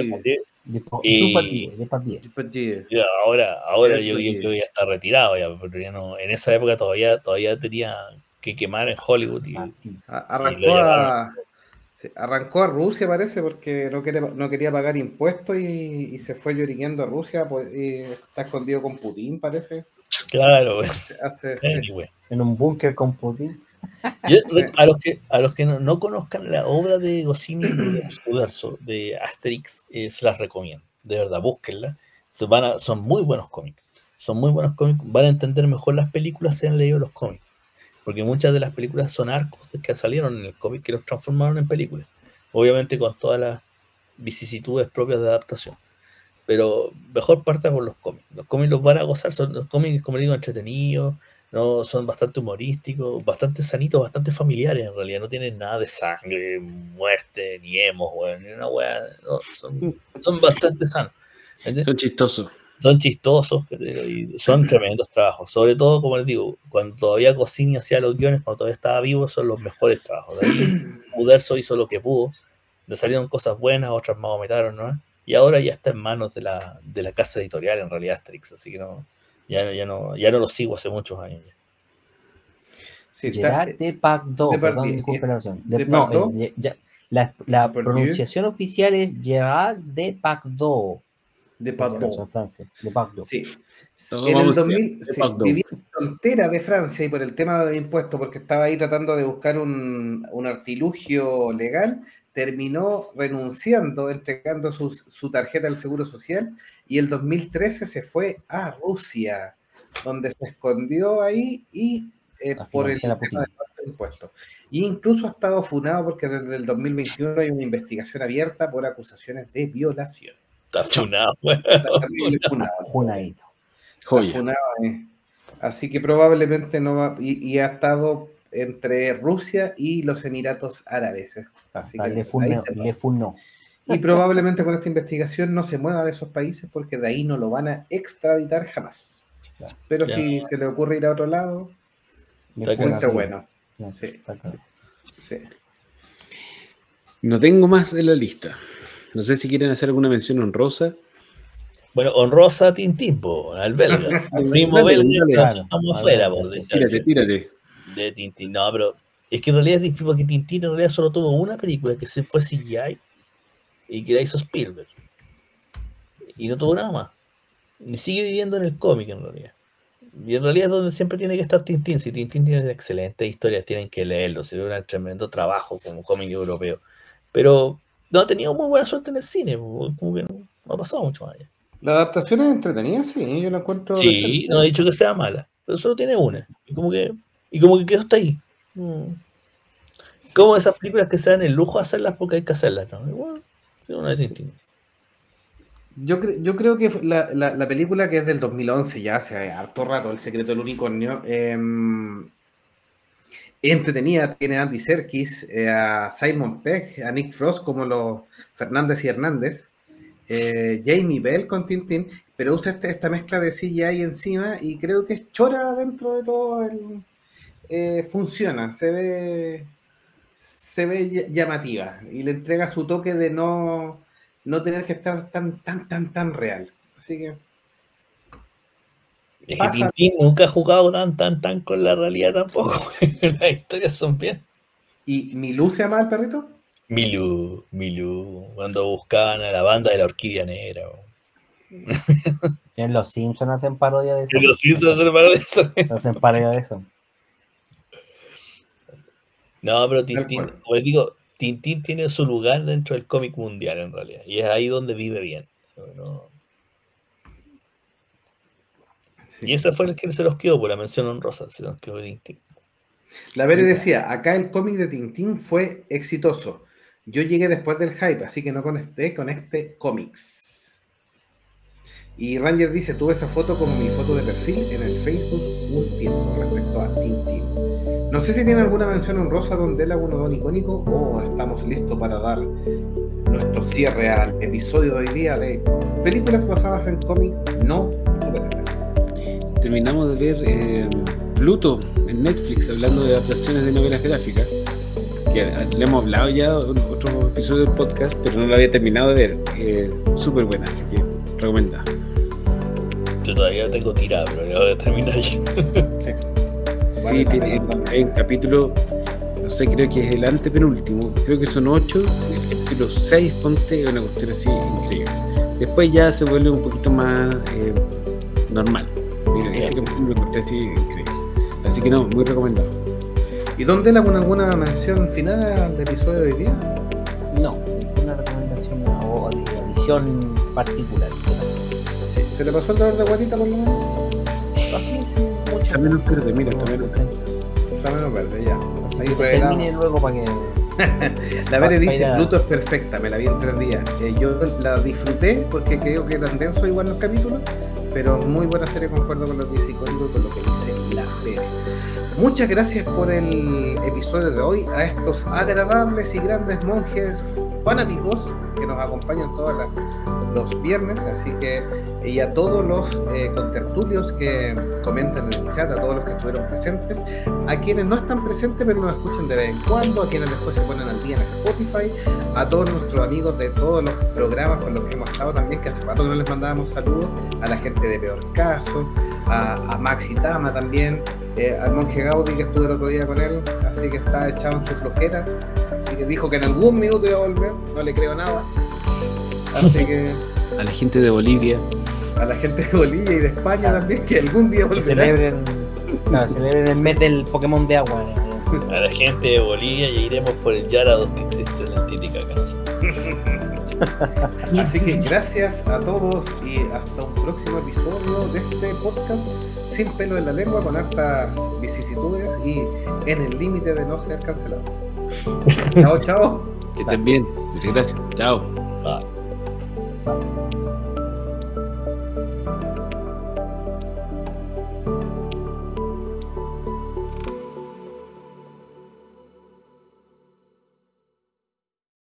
Depardieu. Depardieu. Depardieu. ya, ahora yo Depardieu. creo que ya está retirado, ya, pero ya no, en esa época todavía tenía que quemar en Hollywood y lo Arrancó llamaron. arrancó a Rusia, parece, porque no quería pagar impuestos y se fue lloriqueando a Rusia, pues, y está escondido con Putin, parece. Claro, Sí. anyway. En un búnker con Putin. A los que no conozcan la obra de Goscinny y Uderzo de Asterix, se las recomiendo. De verdad, búsquenla. Son muy buenos cómics. Son muy buenos cómics. Van a entender mejor las películas si han leído los cómics. Porque muchas de las películas son arcos que salieron en el cómic que los transformaron en películas. Obviamente con todas las vicisitudes propias de adaptación. Pero mejor parta por los cómics. Los cómics los van a gozar. Son los cómics, como digo, entretenidos. No, son bastante humorísticos, bastante sanitos, bastante familiares en realidad. No tienen nada de sangre, muerte, ni emos, ni una wea. No, son bastante sanos. ¿Entiendes? Son chistosos. Son chistosos y son tremendos trabajos. Sobre todo, como les digo, cuando todavía Goscinny hacía los guiones, cuando todavía estaba vivo, son los mejores trabajos. De ahí Uderzo hizo lo que pudo. Le salieron cosas buenas, otras más vomitaron, ¿no? Y ahora ya está en manos de la casa editorial, en realidad, Asterix. Así que ya no lo sigo hace muchos años. Sí, Gerard Depardieu, perdón, disculpe la versión. La pronunciación oficial es Gerard Depardieu. Depardieu. Francés, Depardieu. Sí. En el 2000 vivía en la frontera de Francia y por el tema de impuestos, porque estaba ahí tratando de buscar un artilugio legal, terminó renunciando, entregando su tarjeta del Seguro Social y el 2013 se fue a Rusia, donde se escondió ahí y por el tema de impuestos. E incluso ha estado funado porque desde el 2021 hay una investigación abierta por acusaciones de violación. Está funado, Funadito. Funado, así que probablemente no va, y ha estado entre Rusia y los Emiratos Árabes. Así que le funó. Y probablemente con esta investigación no se mueva de esos países porque de ahí no lo van a extraditar jamás. Pero si se le ocurre ir a otro lado, está bueno. Sí. No tengo más en la lista. No sé si quieren hacer alguna mención honrosa. Bueno, honrosa a Tintín, al belga. Al primo belga, estamos afuera. Tírate. De Tintín. No, pero es que en realidad es difícil porque Tintín en realidad solo tuvo una película que se fue CGI y que la hizo Spielberg. Y no tuvo nada más. Ni sigue viviendo en el cómic en realidad. Y en realidad es donde siempre tiene que estar Tintín. Si Tintín tiene excelentes historias, tienen que leerlo. Sería un tremendo trabajo como cómic europeo. Pero no ha tenido muy buena suerte en el cine. Como que no ha pasado mucho más allá. La adaptación es entretenida, sí, yo la encuentro. Sí, decente. No he dicho que sea mala, pero solo tiene una. Y como que quedó hasta ahí. Como esas películas que se dan el lujo de hacerlas porque hay que hacerlas, ¿no? Igual, una de Tintín. Yo creo que la película, que es del 2011, ya hace harto rato, El secreto del unicornio, entretenida. Tiene a Andy Serkis, a Simon Pegg, a Nick Frost como los Fernández y Hernández, Jamie Bell con Tintín, pero usa esta mezcla de CGI encima y creo que es chora dentro de todo. Funciona, se ve llamativa y le entrega su toque de no tener que estar tan real. Así que Es que Tintín nunca ha jugado tan con la realidad tampoco. Las historias son bien. ¿Y Milú se llama el perrito? Milú, cuando buscaban a la banda de la Orquídea Negra. En Los Simpsons hacen parodia de eso. En Los Simpsons hacen parodia de eso. No, pero Tintín, como les digo, Tintín tiene su lugar dentro del cómic mundial en realidad. Y es ahí donde vive bien. ¿No? Sí. Y esa fue el que se los quedó por la mención honrosa, se los quedó Tintín. La Bere decía, acá el cómic de Tintín fue exitoso. Yo llegué después del hype, así que no conecté con este cómics. Y Ranger dice, tuve esa foto como mi foto de perfil en el Facebook un tiempo respecto a Tintín. No sé si tiene alguna mención honrosa donde él haga un don icónico o estamos listos para dar nuestro cierre al episodio de hoy día de películas basadas en cómics no superhéroes. Terminamos de ver Pluto en Netflix, hablando de adaptaciones de novelas gráficas, que le hemos hablado ya en otro episodio del podcast, pero no lo había terminado de ver. Súper buena, así que recomendada. Yo todavía tengo tirada, pero ya voy a terminar ya. Sí, hay un capítulo, no sé, creo que es el antepenúltimo, creo que son 8, el capítulo 6, ponte, una cuestión así increíble. Después ya se vuelve un poquito más normal. Mira, ese capítulo lo encontré así increíble. Así que no, muy recomendado. ¿Y dónde le hago alguna mención final del episodio de hoy día? No, una recomendación o edición particular. Sí, ¿se le pasó el dolor de guatita por lo menos? Está menos verde, mira, está menos verde. Está menos verde, ya. Así Ahí que revelamos. termine luego para que... La Bere dice, Para- Pluto es perfecta, me la vi en 3 días. Yo la disfruté porque creo que eran densos igual los capítulos, pero muy buena serie, concuerdo con lo que dice Icónico y con lo que dice la Bere. Muchas gracias por el episodio de hoy a estos agradables y grandes monjes fanáticos que nos acompañan todos los viernes, así que y a todos los contertulios que comentan en el chat, a todos los que estuvieron presentes, a quienes no están presentes pero nos escuchan de vez en cuando, a quienes después se ponen al día en Spotify, a todos nuestros amigos de todos los programas con los que hemos estado también, que hace rato que no les mandábamos saludos, a la gente de Peor Caso, a Maxi Tama también, al monje Gaudi que estuve el otro día con él, así que está echado en su flojera, así que dijo que en algún minuto iba a volver, no le creo nada, así que A la gente de Bolivia. a la gente de Bolivia y de España también, que algún día Que volverá. celebren el mes del Pokémon de agua. A la gente de Bolivia y iremos por el Yarados que existe en el Titicaca. Así que gracias a todos y hasta un próximo episodio de este podcast sin pelo en la lengua, con hartas vicisitudes y en el límite de no ser cancelado. Chao, chao. Que estén bien. Muchas gracias. Chao. Bye.